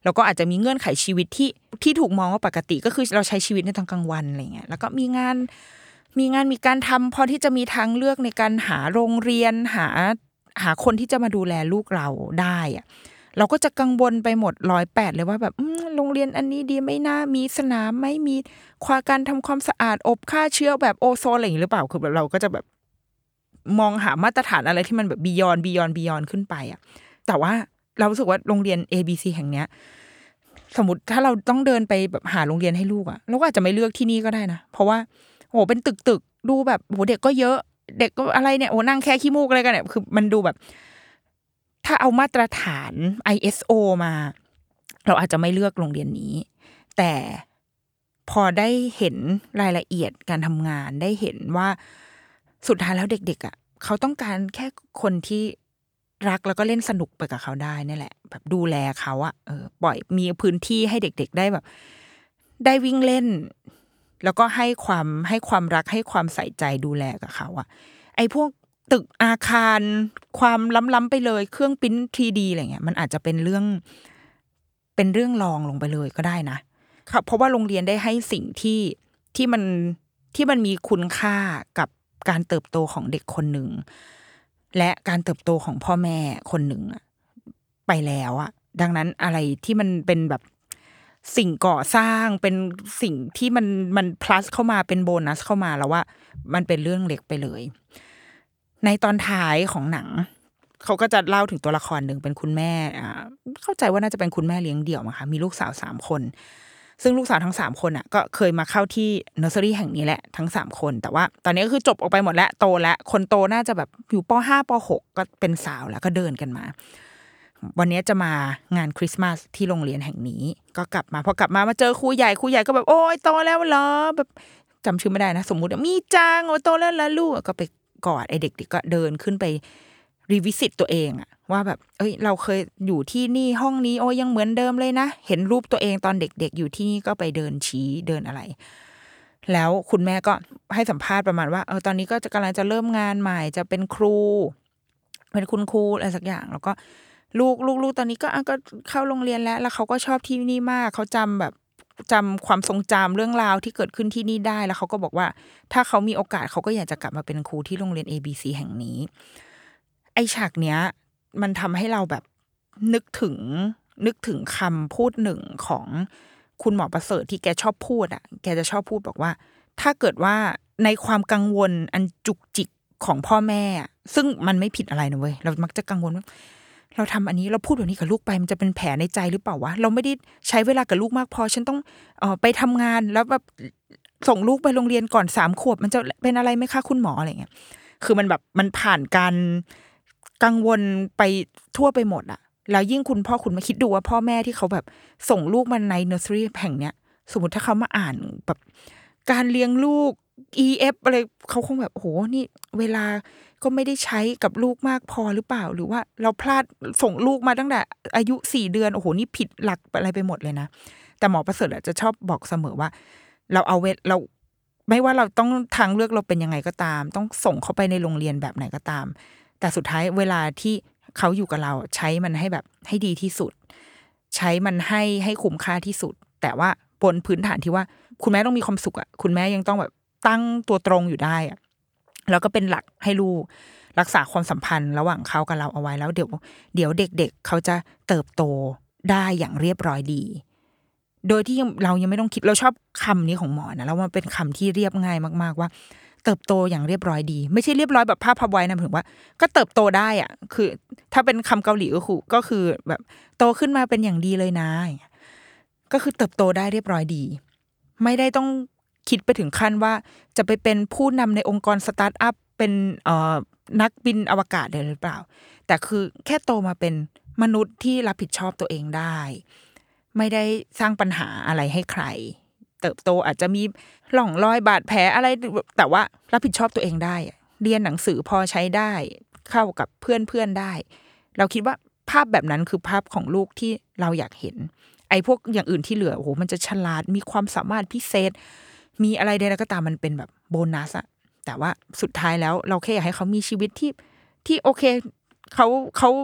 แล้วก็อาจจะมีเงื่อนไขชีวิตที่ถูกมองว่าปกติก็คือเราใช้ชีวิตในตอนกลางวันอะไรเงี้ยแล้วก็มีการทำพอที่จะมีทางเลือกในการหาโรงเรียนหาคนที่จะมาดูแลลูกเราได้อะเราก็จะกังวลไปหมด108เลยว่าแบบโรงเรียนอันนี้ดีไม่น่ามีสนามไม่มีการทำความสะอาดอบฆ่าเชื้อแบบโอโซนอะไรอย่างนี้หรือเปล่าคือแบบเราก็จะแบบมองหามาตรฐานอะไรที่มันแบบ beyond ขึ้นไปอ่ะแต่ว่าเรารู้สึกว่าโรงเรียน ABC แห่งเนี้ยสมมติถ้าเราต้องเดินไปแบบหาโรงเรียนให้ลูกอ่ะเราก็อาจจะไม่เลือกที่นี่ก็ได้นะเพราะว่าโอ้เป็นตึกดูแบบโหเด็กก็เยอะเด็กก็อะไรเนี่ยโอ้นั่งแค่ขี้มูกอะไรกันเนี่ยคือมันดูแบบถ้าเอามาตรฐาน ISO มาเราอาจจะไม่เลือกโรงเรียนนี้แต่พอได้เห็นรายละเอียดการทำงานได้เห็นว่าสุดท้ายแล้วเด็กๆอ่ะเขาต้องการแค่คนที่รักแล้วก็เล่นสนุกไปกับเขาได้นี่แหละแบบดูแลเขาอ่ะปล่อยมีพื้นที่ให้เด็กๆได้แบบได้วิ่งเล่นแล้วก็ให้ความรักให้ความใส่ใจดูแลกับเขาอ่ะไอ้พวกตึกอาคารความล้ำๆไปเลยเครื่องพิมพ์ 3D อะไรเงี้ยมันอาจจะเป็นเรื่องรองลงไปเลยก็ได้นะครับเพราะว่าโรงเรียนได้ให้สิ่งที่มันมีคุณค่ากับการเติบโตของเด็กคนหนึ่งและการเติบโตของพ่อแม่คนหนึ่งไปแล้วอ่ะดังนั้นอะไรที่มันเป็นแบบสิ่งก่อสร้างเป็นสิ่งที่มัน plus เข้ามาเป็นโบนัสเข้ามาแล้วว่ามันเป็นเรื่องเล็กไปเลยในตอนท้ายของหนังเขาก็จะเล่าถึงตัวละครหนึ่งเป็นคุณแม่เข้าใจว่าน่าจะเป็นคุณแม่เลี้ยงเดี่ยวมั้งคะมีลูกสาว3คนซึ่งลูกสาวทั้ง3คนอ่ะก็เคยมาเข้าที่เนอร์เซอรี่แห่งนี้แหละทั้ง3คนแต่ว่าตอนนี้ก็คือจบออกไปหมดแล้วโตแล้วคนโตน่าจะแบบอยู่ป.5 ป.6 ก็เป็นสาวแล้วก็เดินกันมาวันนี้จะมางานคริสต์มาสที่โรงเรียนแห่งนี้ก็กลับมาพอกลับมาเจอครูใหญ่ก็แบบโอ๊ยโตแล้วเหรอแบบจำชื่อไม่ได้นะสมมุติมีจังโอ้โตแล้วล่ะลูกก็ไปกอดไอ้เด็กๆก็เดินขึ้นไปรีวิสิตตัวเองอะว่าแบบเราเคยอยู่ที่นี่ห้องนี้โอ้ยังเหมือนเดิมเลยนะเห็นรูปตัวเองตอนเด็กๆอยู่ที่นี่ก็ไปเดินชี้เดินอะไรแล้วคุณแม่ก็ให้สัมภาษณ์ประมาณว่าตอนนี้ก็กำลังจะเริ่มงานใหม่จะเป็นครูเป็นคุณครูอะไรสักอย่างแล้วก็ลูกตอนนี้ก็เข้าโรงเรียนแล้วเขาก็ชอบที่นี่มากเขาจำความทรงจำเรื่องราวที่เกิดขึ้นที่นี่ได้แล้วเขาก็บอกว่าถ้าเขามีโอกาสเขาก็อยากจะกลับมาเป็นครูที่โรงเรียน ABC แห่งนี้ไอฉากเนี้ยมันทำให้เราแบบนึกถึงคำพูดหนึ่งของคุณหมอประเสริฐที่แกชอบพูดแกจะชอบพูดบอกว่าถ้าเกิดว่าในความกังวลอันจุกจิกของพ่อแม่ซึ่งมันไม่ผิดอะไรนะเว้ยเรามักจะกังวลว่าเราทำอันนี้เราพูดแบบนี้กับลูกไปมันจะเป็นแผลในใจหรือเปล่าวะเราไม่ได้ใช้เวลากับลูกมากพอฉันต้องไปทำงานแล้วแบบส่งลูกไปโรงเรียนก่อน3 ขวบมันจะเป็นอะไรไหมคะคุณหมออะไรเงี้ยคือมันแบบมันผ่านการกังวลไปทั่วไปหมดอะแล้วยิ่งคุณพ่อคุณมาคิดดูว่าพ่อแม่ที่เขาแบบส่งลูกมาในเนอร์เซอรี่แห่งเนี้ยสมมติถ้าเขามาอ่านแบบการเลี้ยงลูก EF อะไรเขาคงแบบโอ้โหนี่เวลาก็ไม่ได้ใช้กับลูกมากพอหรือเปล่าหรือว่าเราพลาดส่งลูกมาตั้งแต่อายุ4 เดือนโอ้โหนี่ผิดหลักอะไรไปหมดเลยนะแต่หมอประเสริฐจะชอบบอกเสมอว่าเราไม่ว่าเราต้องทางเลือกเราเป็นยังไงก็ตามต้องส่งเขาไปในโรงเรียนแบบไหนก็ตามแต่สุดท้ายเวลาที่เขาอยู่กับเราใช้มันให้แบบให้ดีที่สุดใช้มันให้คุ้มค่าที่สุดแต่ว่าบนพื้นฐานที่ว่าคุณแม่ต้องมีความสุขคุณแม่ยังต้องแบบตั้งตัวตรงอยู่ได้แล้วก็เป็นหลักให้ลูกรักษาความสัมพันธ์ระหว่างเขากับเราเอาไว้แล้วเดี๋ยวเด็กๆเขาจะเติบโตได้อย่างเรียบร้อยดีโดยที่เรายังไม่ต้องคิดเราชอบคำนี้ของหมอนะแล้วมันเป็นคำที่เรียบง่ายมากๆว่าเติบโตอย่างเรียบร้อยดีไม่ใช่เรียบร้อยแบบภาพพับไว้นะถึงว่าก็เติบโตได้คือถ้าเป็นคำเกาหลีก็คือแบบโตขึ้นมาเป็นอย่างดีเลยนะก็คือเติบโตได้เรียบร้อยดีไม่ได้ต้องคิดไปถึงขั้นว่าจะไปเป็นผู้นำในองค์กรสตาร์ทอัพเป็นนักบินอวกาศเลยหรือเปล่าแต่คือแค่โตมาเป็นมนุษย์ที่รับผิดชอบตัวเองได้ไม่ได้สร้างปัญหาอะไรให้ใครเติบโตอาจจะมีหล่องรอยบาดแผลอะไรแต่ว่ารับผิดชอบตัวเองได้เรียนหนังสือพอใช้ได้เข้ากับเพื่อนได้เราคิดว่าภาพแบบนั้นคือภาพของลูกที่เราอยากเห็นไอ้พวกอย่างอื่นที่เหลือโอ้โหมันจะฉลาดมีความสามารถพิเศษมีอะไรใดๆก็ตามมันเป็นแบบโบนัสแต่ว่าสุดท้ายแล้วเราแค่อยากให้เขามีชีวิตที่โอเคเขาเ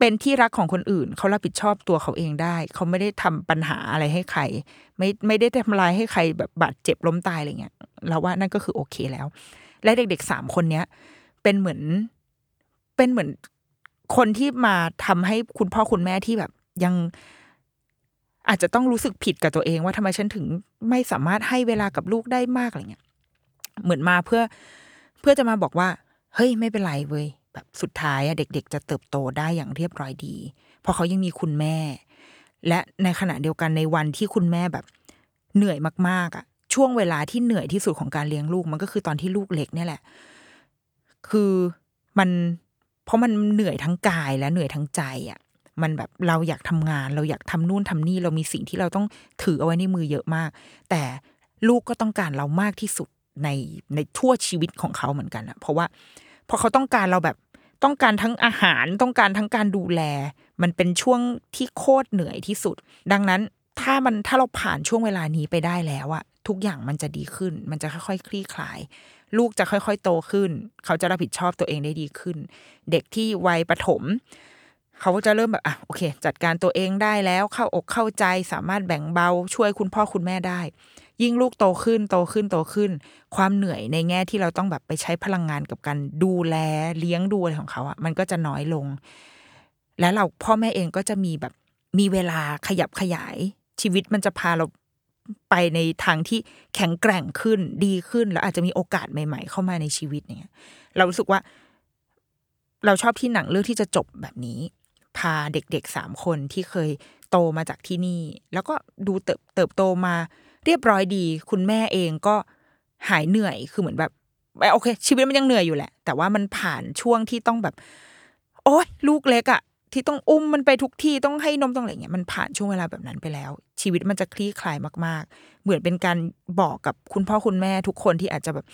เป็นที่รักของคนอื่นเขารับผิดชอบตัวเขาเองได้เขาไม่ได้ทำปัญหาอะไรให้ใครไม่ได้ทำลายให้ใครแบบบาดเจ็บล้มตายอะไรเงี้ยเราว่านั่นก็คือโอเคแล้วและเด็กๆ3คนเนี้ยเป็นเหมือนคนที่มาทำให้คุณพ่อคุณแม่ที่แบบยังอาจจะต้องรู้สึกผิดกับตัวเองว่าทำไมฉันถึงไม่สามารถให้เวลากับลูกได้มากอะไรเงี้ยเหมือนมาเพื่อจะมาบอกว่าเฮ้ยไม่เป็นไรเว้ยแบบสุดท้ายอะเด็กๆจะเติบโตได้อย่างเรียบร้อยดีเพราะเขายังมีคุณแม่และในขณะเดียวกันในวันที่คุณแม่แบบเหนื่อยมากๆอะช่วงเวลาที่เหนื่อยที่สุดของการเลี้ยงลูกมันก็คือตอนที่ลูกเล็กเนี่ยแหละคือมันเพราะมันเหนื่อยทั้งกายและเหนื่อยทั้งใจอ่ะมันแบบเราอยากทำงานเราอยากทำนู่นทำนี่เรามีสิ่งที่เราต้องถือเอาไว้ในมือเยอะมากแต่ลูกก็ต้องการเรามากที่สุดในทั่วชีวิตของเขาเหมือนกันอ่ะเพราะเขาต้องการเราแบบต้องการทั้งอาหารต้องการทั้งการดูแลมันเป็นช่วงที่โคตรเหนื่อยที่สุดดังนั้นถ้าเราผ่านช่วงเวลานี้ไปได้แล้วอะทุกอย่างมันจะดีขึ้นมันจะค่อยๆคลี่คลายลูกจะค่อยๆโตขึ้นเขาจะรับผิดชอบตัวเองได้ดีขึ้นเด็กที่วัยประถมเขาก็จะเริ่มแบบโอเคจัดการตัวเองได้แล้วเข้าอกเข้าใจสามารถแบ่งเบาช่วยคุณพ่อคุณแม่ได้ยิ่งลูกโตขึ้นความเหนื่อยในแง่ที่เราต้องแบบไปใช้พลังงานกับการดูแลเลี้ยงดูอะไรของเขาอะมันก็จะน้อยลงและเราพ่อแม่เองก็จะมีแบบมีเวลาขยับขยายชีวิตมันจะพาเราไปในทางที่แข็งแกร่งขึ้นดีขึ้นแล้วอาจจะมีโอกาสใหม่ๆเข้ามาในชีวิตเนี่ยเรารู้สึกว่าเราชอบที่หนังเรื่องที่จะจบแบบนี้พาเด็กๆ3คนที่เคยโตมาจากที่นี่แล้วก็ดูเติบโตมาเรียบร้อยดีคุณแม่เองก็หายเหนื่อยคือเหมือนแบบโอเคชีวิตมันยังเหนื่อยอยู่แหละแต่ว่ามันผ่านช่วงที่ต้องแบบโอ๊ยลูกเล็กอะที่ต้องอุ้มมันไปทุกที่ต้องให้นมต้องอะไรเงี้ยมันผ่านช่วงเวลาแบบนั้นไปแล้วชีวิตมันจะคลี่คลายมากๆเหมือนเป็นการบอกกับคุณพ่อคุณแม่ทุกคนที่อาจจะแบบ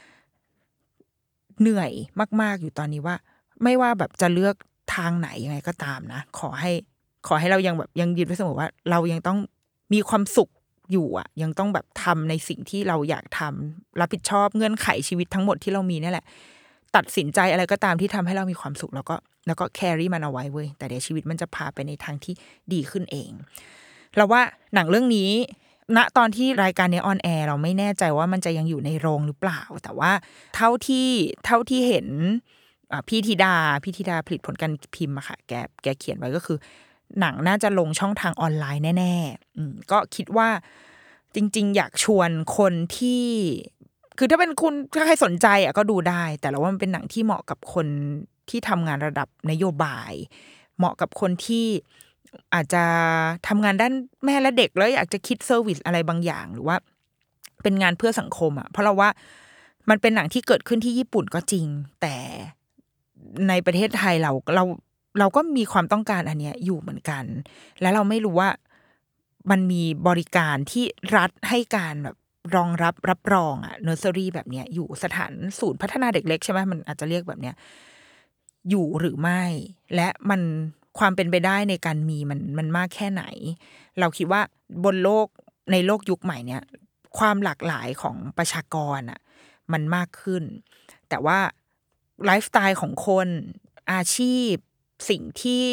เหนื่อยมากๆอยู่ตอนนี้ว่าไม่ว่าแบบจะเลือกทางไหนยังไงก็ตามนะขอให้เรายังแบบยังยึดไว้เสมอว่าเรายังต้องมีความสุขอยู่อ่ะยังต้องแบบทำในสิ่งที่เราอยากทำรับผิดชอบเงื่อนไขชีวิตทั้งหมดที่เรามีนี่แหละตัดสินใจอะไรก็ตามที่ทำให้เรามีความสุขแล้วก็แครี่มันเอาไว้เว้ยแต่เดี๋ยวชีวิตมันจะพาไปในทางที่ดีขึ้นเองเราว่าหนังเรื่องนี้ณตอนที่รายการนี้ออนแอร์เราไม่แน่ใจว่ามันจะยังอยู่ในโรงหรือเปล่าแต่ว่าเท่าที่เห็นพี่ธิดาผลิตผลการพิมพ์อะค่ะแกเขียนไว้ก็คือหนังน่าจะลงช่องทางออนไลน์แน่ๆก็คิดว่าจริงๆอยากชวนคนที่คือถ้าเป็นคุณถ้าใครสนใจอะก็ดูได้แต่เราว่ามันเป็นหนังที่เหมาะกับคนที่ทำงานระดับนโยบายเหมาะกับคนที่อาจจะทำงานด้านแม่และเด็กแล้วอยากจะคิดเซอร์วิสอะไรบางอย่างหรือว่าเป็นงานเพื่อสังคมอะเพราะเราว่ามันเป็นหนังที่เกิดขึ้นที่ญี่ปุ่นก็จริงแต่ในประเทศไทยเราก็มีความต้องการอันเนี้ยอยู่เหมือนกันและเราไม่รู้ว่ามันมีบริการที่รัฐให้การแบบรองรับรองอะเนอร์เซอรี่แบบเนี้ยอยู่สถานศูนย์พัฒนาเด็กเล็กใช่ไหมมันอาจจะเรียกแบบเนี้ยอยู่หรือไม่และมันความเป็นไปได้ในการมีมันมากแค่ไหนเราคิดว่าบนในโลกยุคใหม่เนี้ยความหลากหลายของประชากรอะมันมากขึ้นแต่ว่าไลฟ์สไตล์ของคนอาชีพสิ่งที่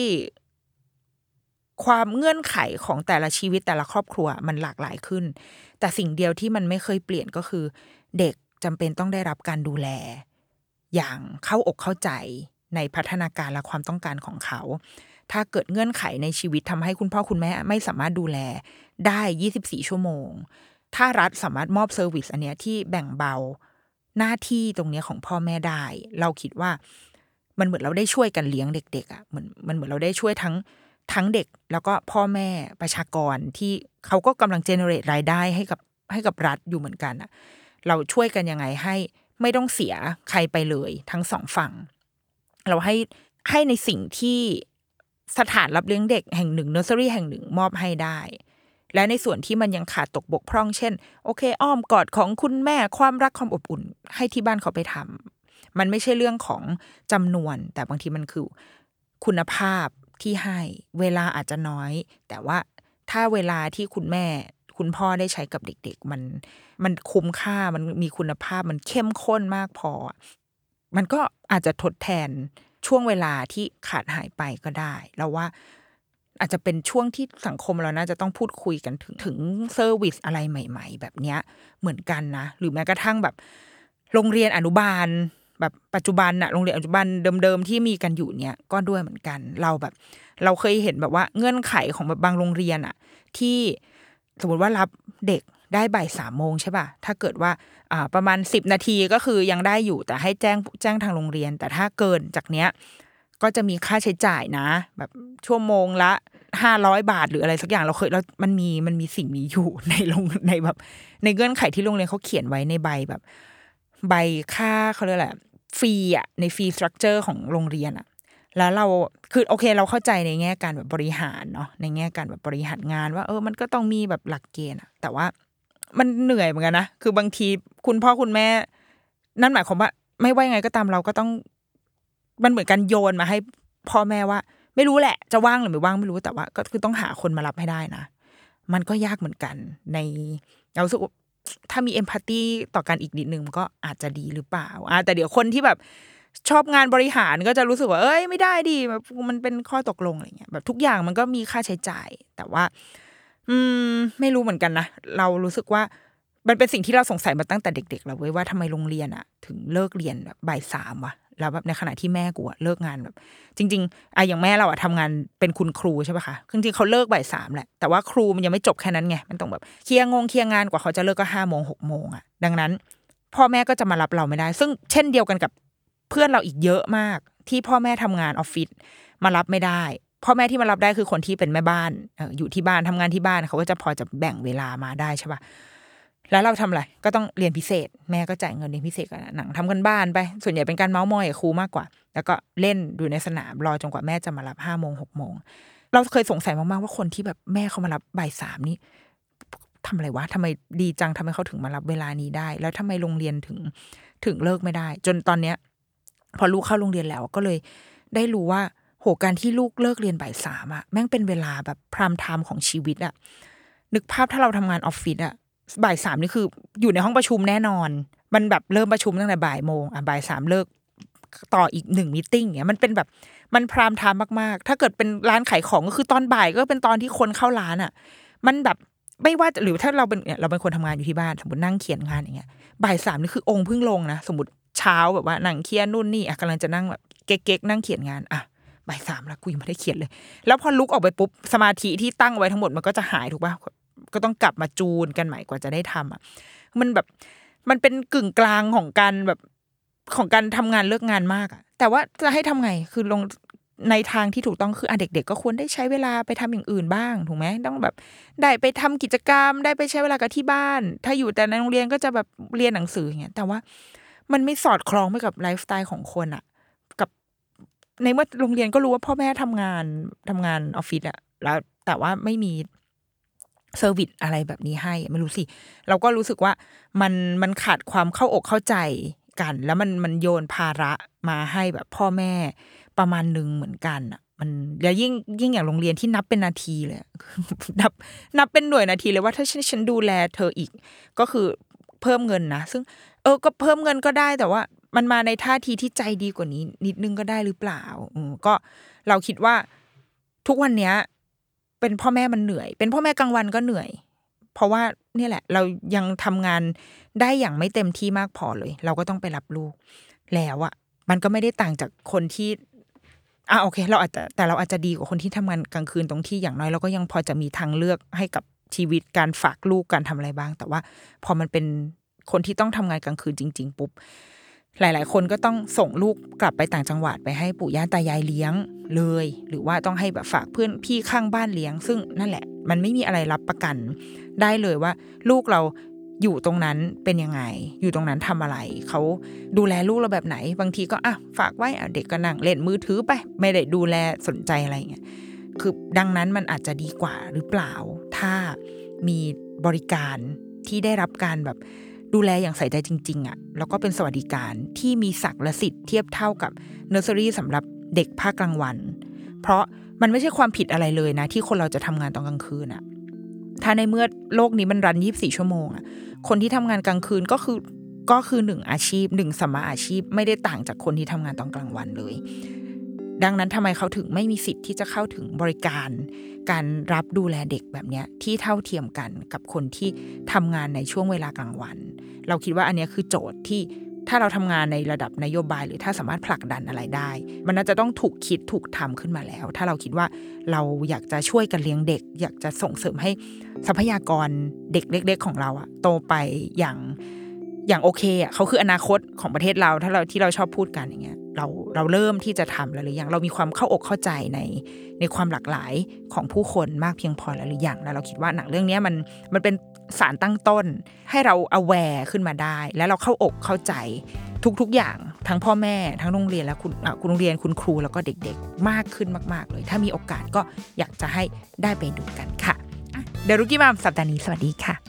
ความเงื่อนไขของแต่ละชีวิตแต่ละครอบครัวมันหลากหลายขึ้นแต่สิ่งเดียวที่มันไม่เคยเปลี่ยนก็คือเด็กจำเป็นต้องได้รับการดูแลอย่างเข้าอกเข้าใจในพัฒนาการและความต้องการของเขาถ้าเกิดเงื่อนไขในชีวิตทำให้คุณพ่อคุณแม่ไม่สามารถดูแลได้24ชั่วโมงถ้ารัฐสามารถมอบเซอร์วิสอันเนี้ยที่แบ่งเบาหน้าที่ตรงนี้ของพ่อแม่ได้เราคิดว่ามันเหมือนเราได้ช่วยกันเลี้ยงเด็กๆอ่ะมันเหมือนเราได้ช่วยทั้งเด็กแล้วก็พ่อแม่ประชากรที่เขาก็กำลังเจเนเรตรายได้ให้กับรัฐอยู่เหมือนกันอ่ะเราช่วยกันยังไงให้ไม่ต้องเสียใครไปเลยทั้งสองฝั่งเราให้ในสิ่งที่สถานรับเลี้ยงเด็กแห่งหนึ่งเนอร์เซอรี่แห่งหนึ่งมอบให้ได้และในส่วนที่มันยังขาดตกบกพร่องเช่นโอเคอ้อมกอดของคุณแม่ความรักความอบอุ่นให้ที่บ้านเขาไปทำมันไม่ใช่เรื่องของจำนวนแต่บางทีมันคือคุณภาพที่ให้เวลาอาจจะน้อยแต่ว่าถ้าเวลาที่คุณแม่คุณพ่อได้ใช้กับเด็กๆมันคุ้มค่ามันมีคุณภาพมันเข้มข้นมากพอมันก็อาจจะทดแทนช่วงเวลาที่ขาดหายไปก็ได้แล้วว่าอาจจะเป็นช่วงที่สังคมเราน่าจะต้องพูดคุยกันถึงเซอร์วิสอะไรใหม่ๆแบบเนี้ยเหมือนกันนะหรือแม้กระทั่งแบบโรงเรียนอนุบาลแบบปัจจุบันโรงเรียนอนุบาลเดิมๆที่มีกันอยู่เนี่ยก็ด้วยเหมือนกันเราเคยเห็นแบบว่าเงื่อนไขของแบบบางโรงเรียนที่สมมติว่ารับเด็กได้บ่าย 3 โมงใช่ป่ะถ้าเกิดว่าประมาณ10 นาทีก็คือยังได้อยู่แต่ให้แจ้งทางโรงเรียนแต่ถ้าเกินจากเนี้ยก็จะมีค่าใช้จ่ายนะแบบชั่วโมงละ500 บาทหรืออะไรสักอย่างแล้วมันมีสิ่งนี้อยู่ในแบบในเงื่อนไขที่โรงเรียนเขาเขียนไว้ในใบแบบใบค่าเขาเรียกอะไรฟรีในฟรีสตรัคเจอร์ของโรงเรียนแล้วเราคือโอเคเราเข้าใจในแง่การแบบบริหารเนาะในแง่การแบบบริหารงานว่ามันก็ต้องมีแบบหลักเกณฑ์แต่ว่ามันเหนื่อยเหมือนกันนะคือบางทีคุณพ่อคุณแม่นั่นหมายความว่าไม่ว่ายังไงก็ตามเราก็ต้องมันเหมือนกันโยนมาให้พ่อแม่ว่าไม่รู้แหละจะว่างหรือไม่ว่างไม่รู้แต่ว่าก็คือต้องหาคนมารับให้ได้นะมันก็ยากเหมือนกันเรารู้สึกถ้ามีเอมพัตตีต่อกันอีกนิดนึงมันก็อาจจะดีหรือเปล่าแต่เดี๋ยวคนที่แบบชอบงานบริหารก็จะรู้สึกว่าไม่ได้ดิมันเป็นข้อตกลงอะไรเงี้ยแบบทุกอย่างมันก็มีค่าใช้จ่ายแต่ว่าไม่รู้เหมือนกันนะเรารู้สึกว่ามันเป็นสิ่งที่เราสงสัยมาตั้งแต่เด็กๆแล้วเว้ยว่าทำไมโรงเรียนถึงเลิกเรียนแบบบ่าย 3วะแล้วแบบในขณะที่แม่กูเลิกงานแบบจริงๆอย่างแม่เราทำงานเป็นคุณครูใช่ป่ะคะจริงๆเขาเลิกบ่าย 3แหละแต่ว่าครูมันยังไม่จบแค่นั้นไงมันต้องแบบเคลียร์งานกว่าเขาจะเลิกก็5 โมง 6 โมงดังนั้นพ่อแม่ก็จะมารับเราไม่ได้ซึ่งเช่นเดียวกันกับเพื่อนเราอีกเยอะมากที่พ่อแม่ทำงานออฟฟิศมารับไม่ได้พ่อแม่ที่มารับได้คือคนที่เป็นแม่บ้านอยู่ที่บ้านทำงานที่บ้านเขาก็จะพอจะแบ่งเวลามาได้ใช่ป่ะแล้วเราทำอะไรก็ต้องเรียนพิเศษแม่ก็จ่ายเงินเรียนพิเศษกันหนังทำกันบ้านไปส่วนใหญ่เป็นการเม้ามอยกับครูมากกว่าแล้วก็เล่นดูในสนามรอจนกว่าแม่จะมารับ5 โมง 6 โมงเราเคยสงสัยมากๆว่าคนที่แบบแม่เขามารับบ่าย 3นี่ทำอะไรวะทำไมดีจังทำไมเขาถึงมารับเวลานี้ได้แล้วทำไมโรงเรียนถึงเลิกไม่ได้จนตอนเนี้ยพอลูกเข้าโรงเรียนแล้วก็เลยได้รู้ว่าโหการที่ลูกเลิกเรียนบ่าย 3แม่งเป็นเวลาแบบพรามไทม์ของชีวิตนึกภาพถ้าเราทำงานออฟฟิศบ่าย 3นี่คืออยู่ในห้องประชุมแน่นอนมันแบบเริ่มประชุมตั้งแต่บ่ายโมงบ่าย 3เลิกต่ออีก1มีตติ้งเงี้ยมันเป็นแบบมันพรามไทม์มากๆถ้าเกิดเป็นร้านขายของก็คือตอนบ่ายก็เป็นตอนที่คนเข้าร้านมันแบบไม่ว่าหรือถ้าเราเป็นคนทำงานอยู่ที่บ้านสมมตินั่งเขียนงานอย่างเงี้ยบ่าย 3นี่คือองค์เพิ่งลงนะสมมติเช้าแบบว่านั่งเขียนนู่นนี่กำลังจะนั่งแบบเก๊กๆนั่งเขียนงานบ่าย 3แล้วกูยังไม่ได้เขียนเลยแล้วพอลุกออกไปปุ๊บสมาธิที่ตั้งไว้ทั้งหมดมันก็จะหายถูกป่ะก็ต้องกลับมาจูนกันใหม่กว่าจะได้ทำมันแบบมันเป็นกึ่งกลางของการแบบของการทำงานเลิกงานมากแต่ว่าจะให้ทำไงคือลงในทางที่ถูกต้องคือเด็กๆก็ควรได้ใช้เวลาไปทำอย่างอื่นบ้างถูกไหมต้องแบบได้ไปทำกิจกรรมได้ไปใช้เวลากับที่บ้านถ้าอยู่แต่ในโรงเรียนก็จะแบบเรียนหนังสืออย่างเงี้ยแต่ว่ามันไม่สอดคล้องไปกับไลฟ์สไตล์ของคนกับในเมื่อโรงเรียนก็รู้ว่าพ่อแม่ทำงานออฟฟิศแล้วแต่ว่าไม่มีเซอร์วิสอะไรแบบนี้ให้ไม่รู้สิเราก็รู้สึกว่ามันขาดความเข้าอกเข้าใจกันแล้วมันโยนภาระมาให้แบบพ่อแม่ประมาณนึงเหมือนกันมันแล้วยิ่งอย่างโรงเรียนที่นับเป็นนาทีเลยนับเป็นหน่วยนาทีเลยว่าถ้าฉันดูแลเธออีกก็คือเพิ่มเงินนะซึ่งก็เพิ่มเงินก็ได้แต่ว่ามันมาในท่าทีที่ใจดีกว่านี้นิดนึงก็ได้หรือเปล่าก็เราคิดว่าทุกวันเนี้ยเป็นพ่อแม่มันเหนื่อยเป็นพ่อแม่กลางวันก็เหนื่อยเพราะว่าเนี่ยแหละเรายังทำงานได้อย่างไม่เต็มที่มากพอเลยเราก็ต้องไปรับลูกแล้วมันก็ไม่ได้ต่างจากคนที่โอเคเราอาจจะดีกว่าคนที่ทำงานกลางคืนตรงที่อย่างน้อยเราก็ยังพอจะมีทางเลือกให้กับชีวิตการฝากลูกการทำอะไรบ้างแต่ว่าพอมันเป็นคนที่ต้องทำงานกลางคืนจริงๆปุ๊บหลายๆคนก็ต้องส่งลูกกลับไปต่างจังหวัดไปให้ปู่ย่าตายายเลี้ยงเลยหรือว่าต้องให้แบบฝากเพื่อนพี่ข้างบ้านเลี้ยงซึ่งนั่นแหละมันไม่มีอะไรรับประกันได้เลยว่าลูกเราอยู่ตรงนั้นเป็นยังไงอยู่ตรงนั้นทำอะไรเขาดูแลลูกเราแบบไหนบางทีก็ฝากไว้เด็กก็นั่งเล่นมือถือไปไม่ได้ดูแลสนใจอะไรเงี้ยคือดังนั้นมันอาจจะดีกว่าหรือเปล่าถ้ามีบริการที่ได้รับการแบบดูแลอย่างใส่ใจจริงๆแล้วก็เป็นสวัสดิการที่มีศักดิ์และสิทธิ์เทียบเท่ากับเนอร์เซอรี่สำหรับเด็กภาคกลางวันเพราะมันไม่ใช่ความผิดอะไรเลยนะที่คนเราจะทำงานตอนกลางคืนถ้าในเมื่อโลกนี้มันรัน24 ชั่วโมงคนที่ทำงานกลางคืนก็คือ1อาชีพ1สัมมาอาชีพไม่ได้ต่างจากคนที่ทำงานตอนกลางวันเลยดังนั้นทำไมเขาถึงไม่มีสิทธิ์ที่จะเข้าถึงบริการการรับดูแลเด็กแบบเนี้ยที่เท่าเทียมกันกับคนที่ทำงานในช่วงเวลากลางวันเราคิดว่าอันนี้คือโจทย์ที่ถ้าเราทำงานในระดับนโยบายหรือถ้าสามารถผลักดันอะไรได้มันน่าจะต้องถูกคิดถูกทำขึ้นมาแล้วถ้าเราคิดว่าเราอยากจะช่วยกันเลี้ยงเด็กอยากจะส่งเสริมให้ทรัพยากรเด็กเล็กๆของเราอะโตไปอย่างโอเคอะเขาคืออนาคตของประเทศเราถ้าเราที่เราชอบพูดกันอย่างเงี้ยเราเริ่มที่จะทำแล้วหรือยังเรามีความเข้าอกเข้าใจในความหลากหลายของผู้คนมากเพียงพอแล้วหรือยังแล้วเราคิดว่าหนังเรื่องนี้มันเป็นสารตั้งต้นให้เรา aware ขึ้นมาได้แล้วเราเข้าอกเข้าใจทุกอย่างทั้งพ่อแม่ทั้งโรงเรียนและคุณโรงเรียนคุณครูแล้วก็เด็กๆมากขึ้นมากๆเลยถ้ามีโอกาสก็อยากจะให้ได้ไปดูกันค่ะเดรุกี้มัมสัปดาห์นี้สวัสดีค่ะ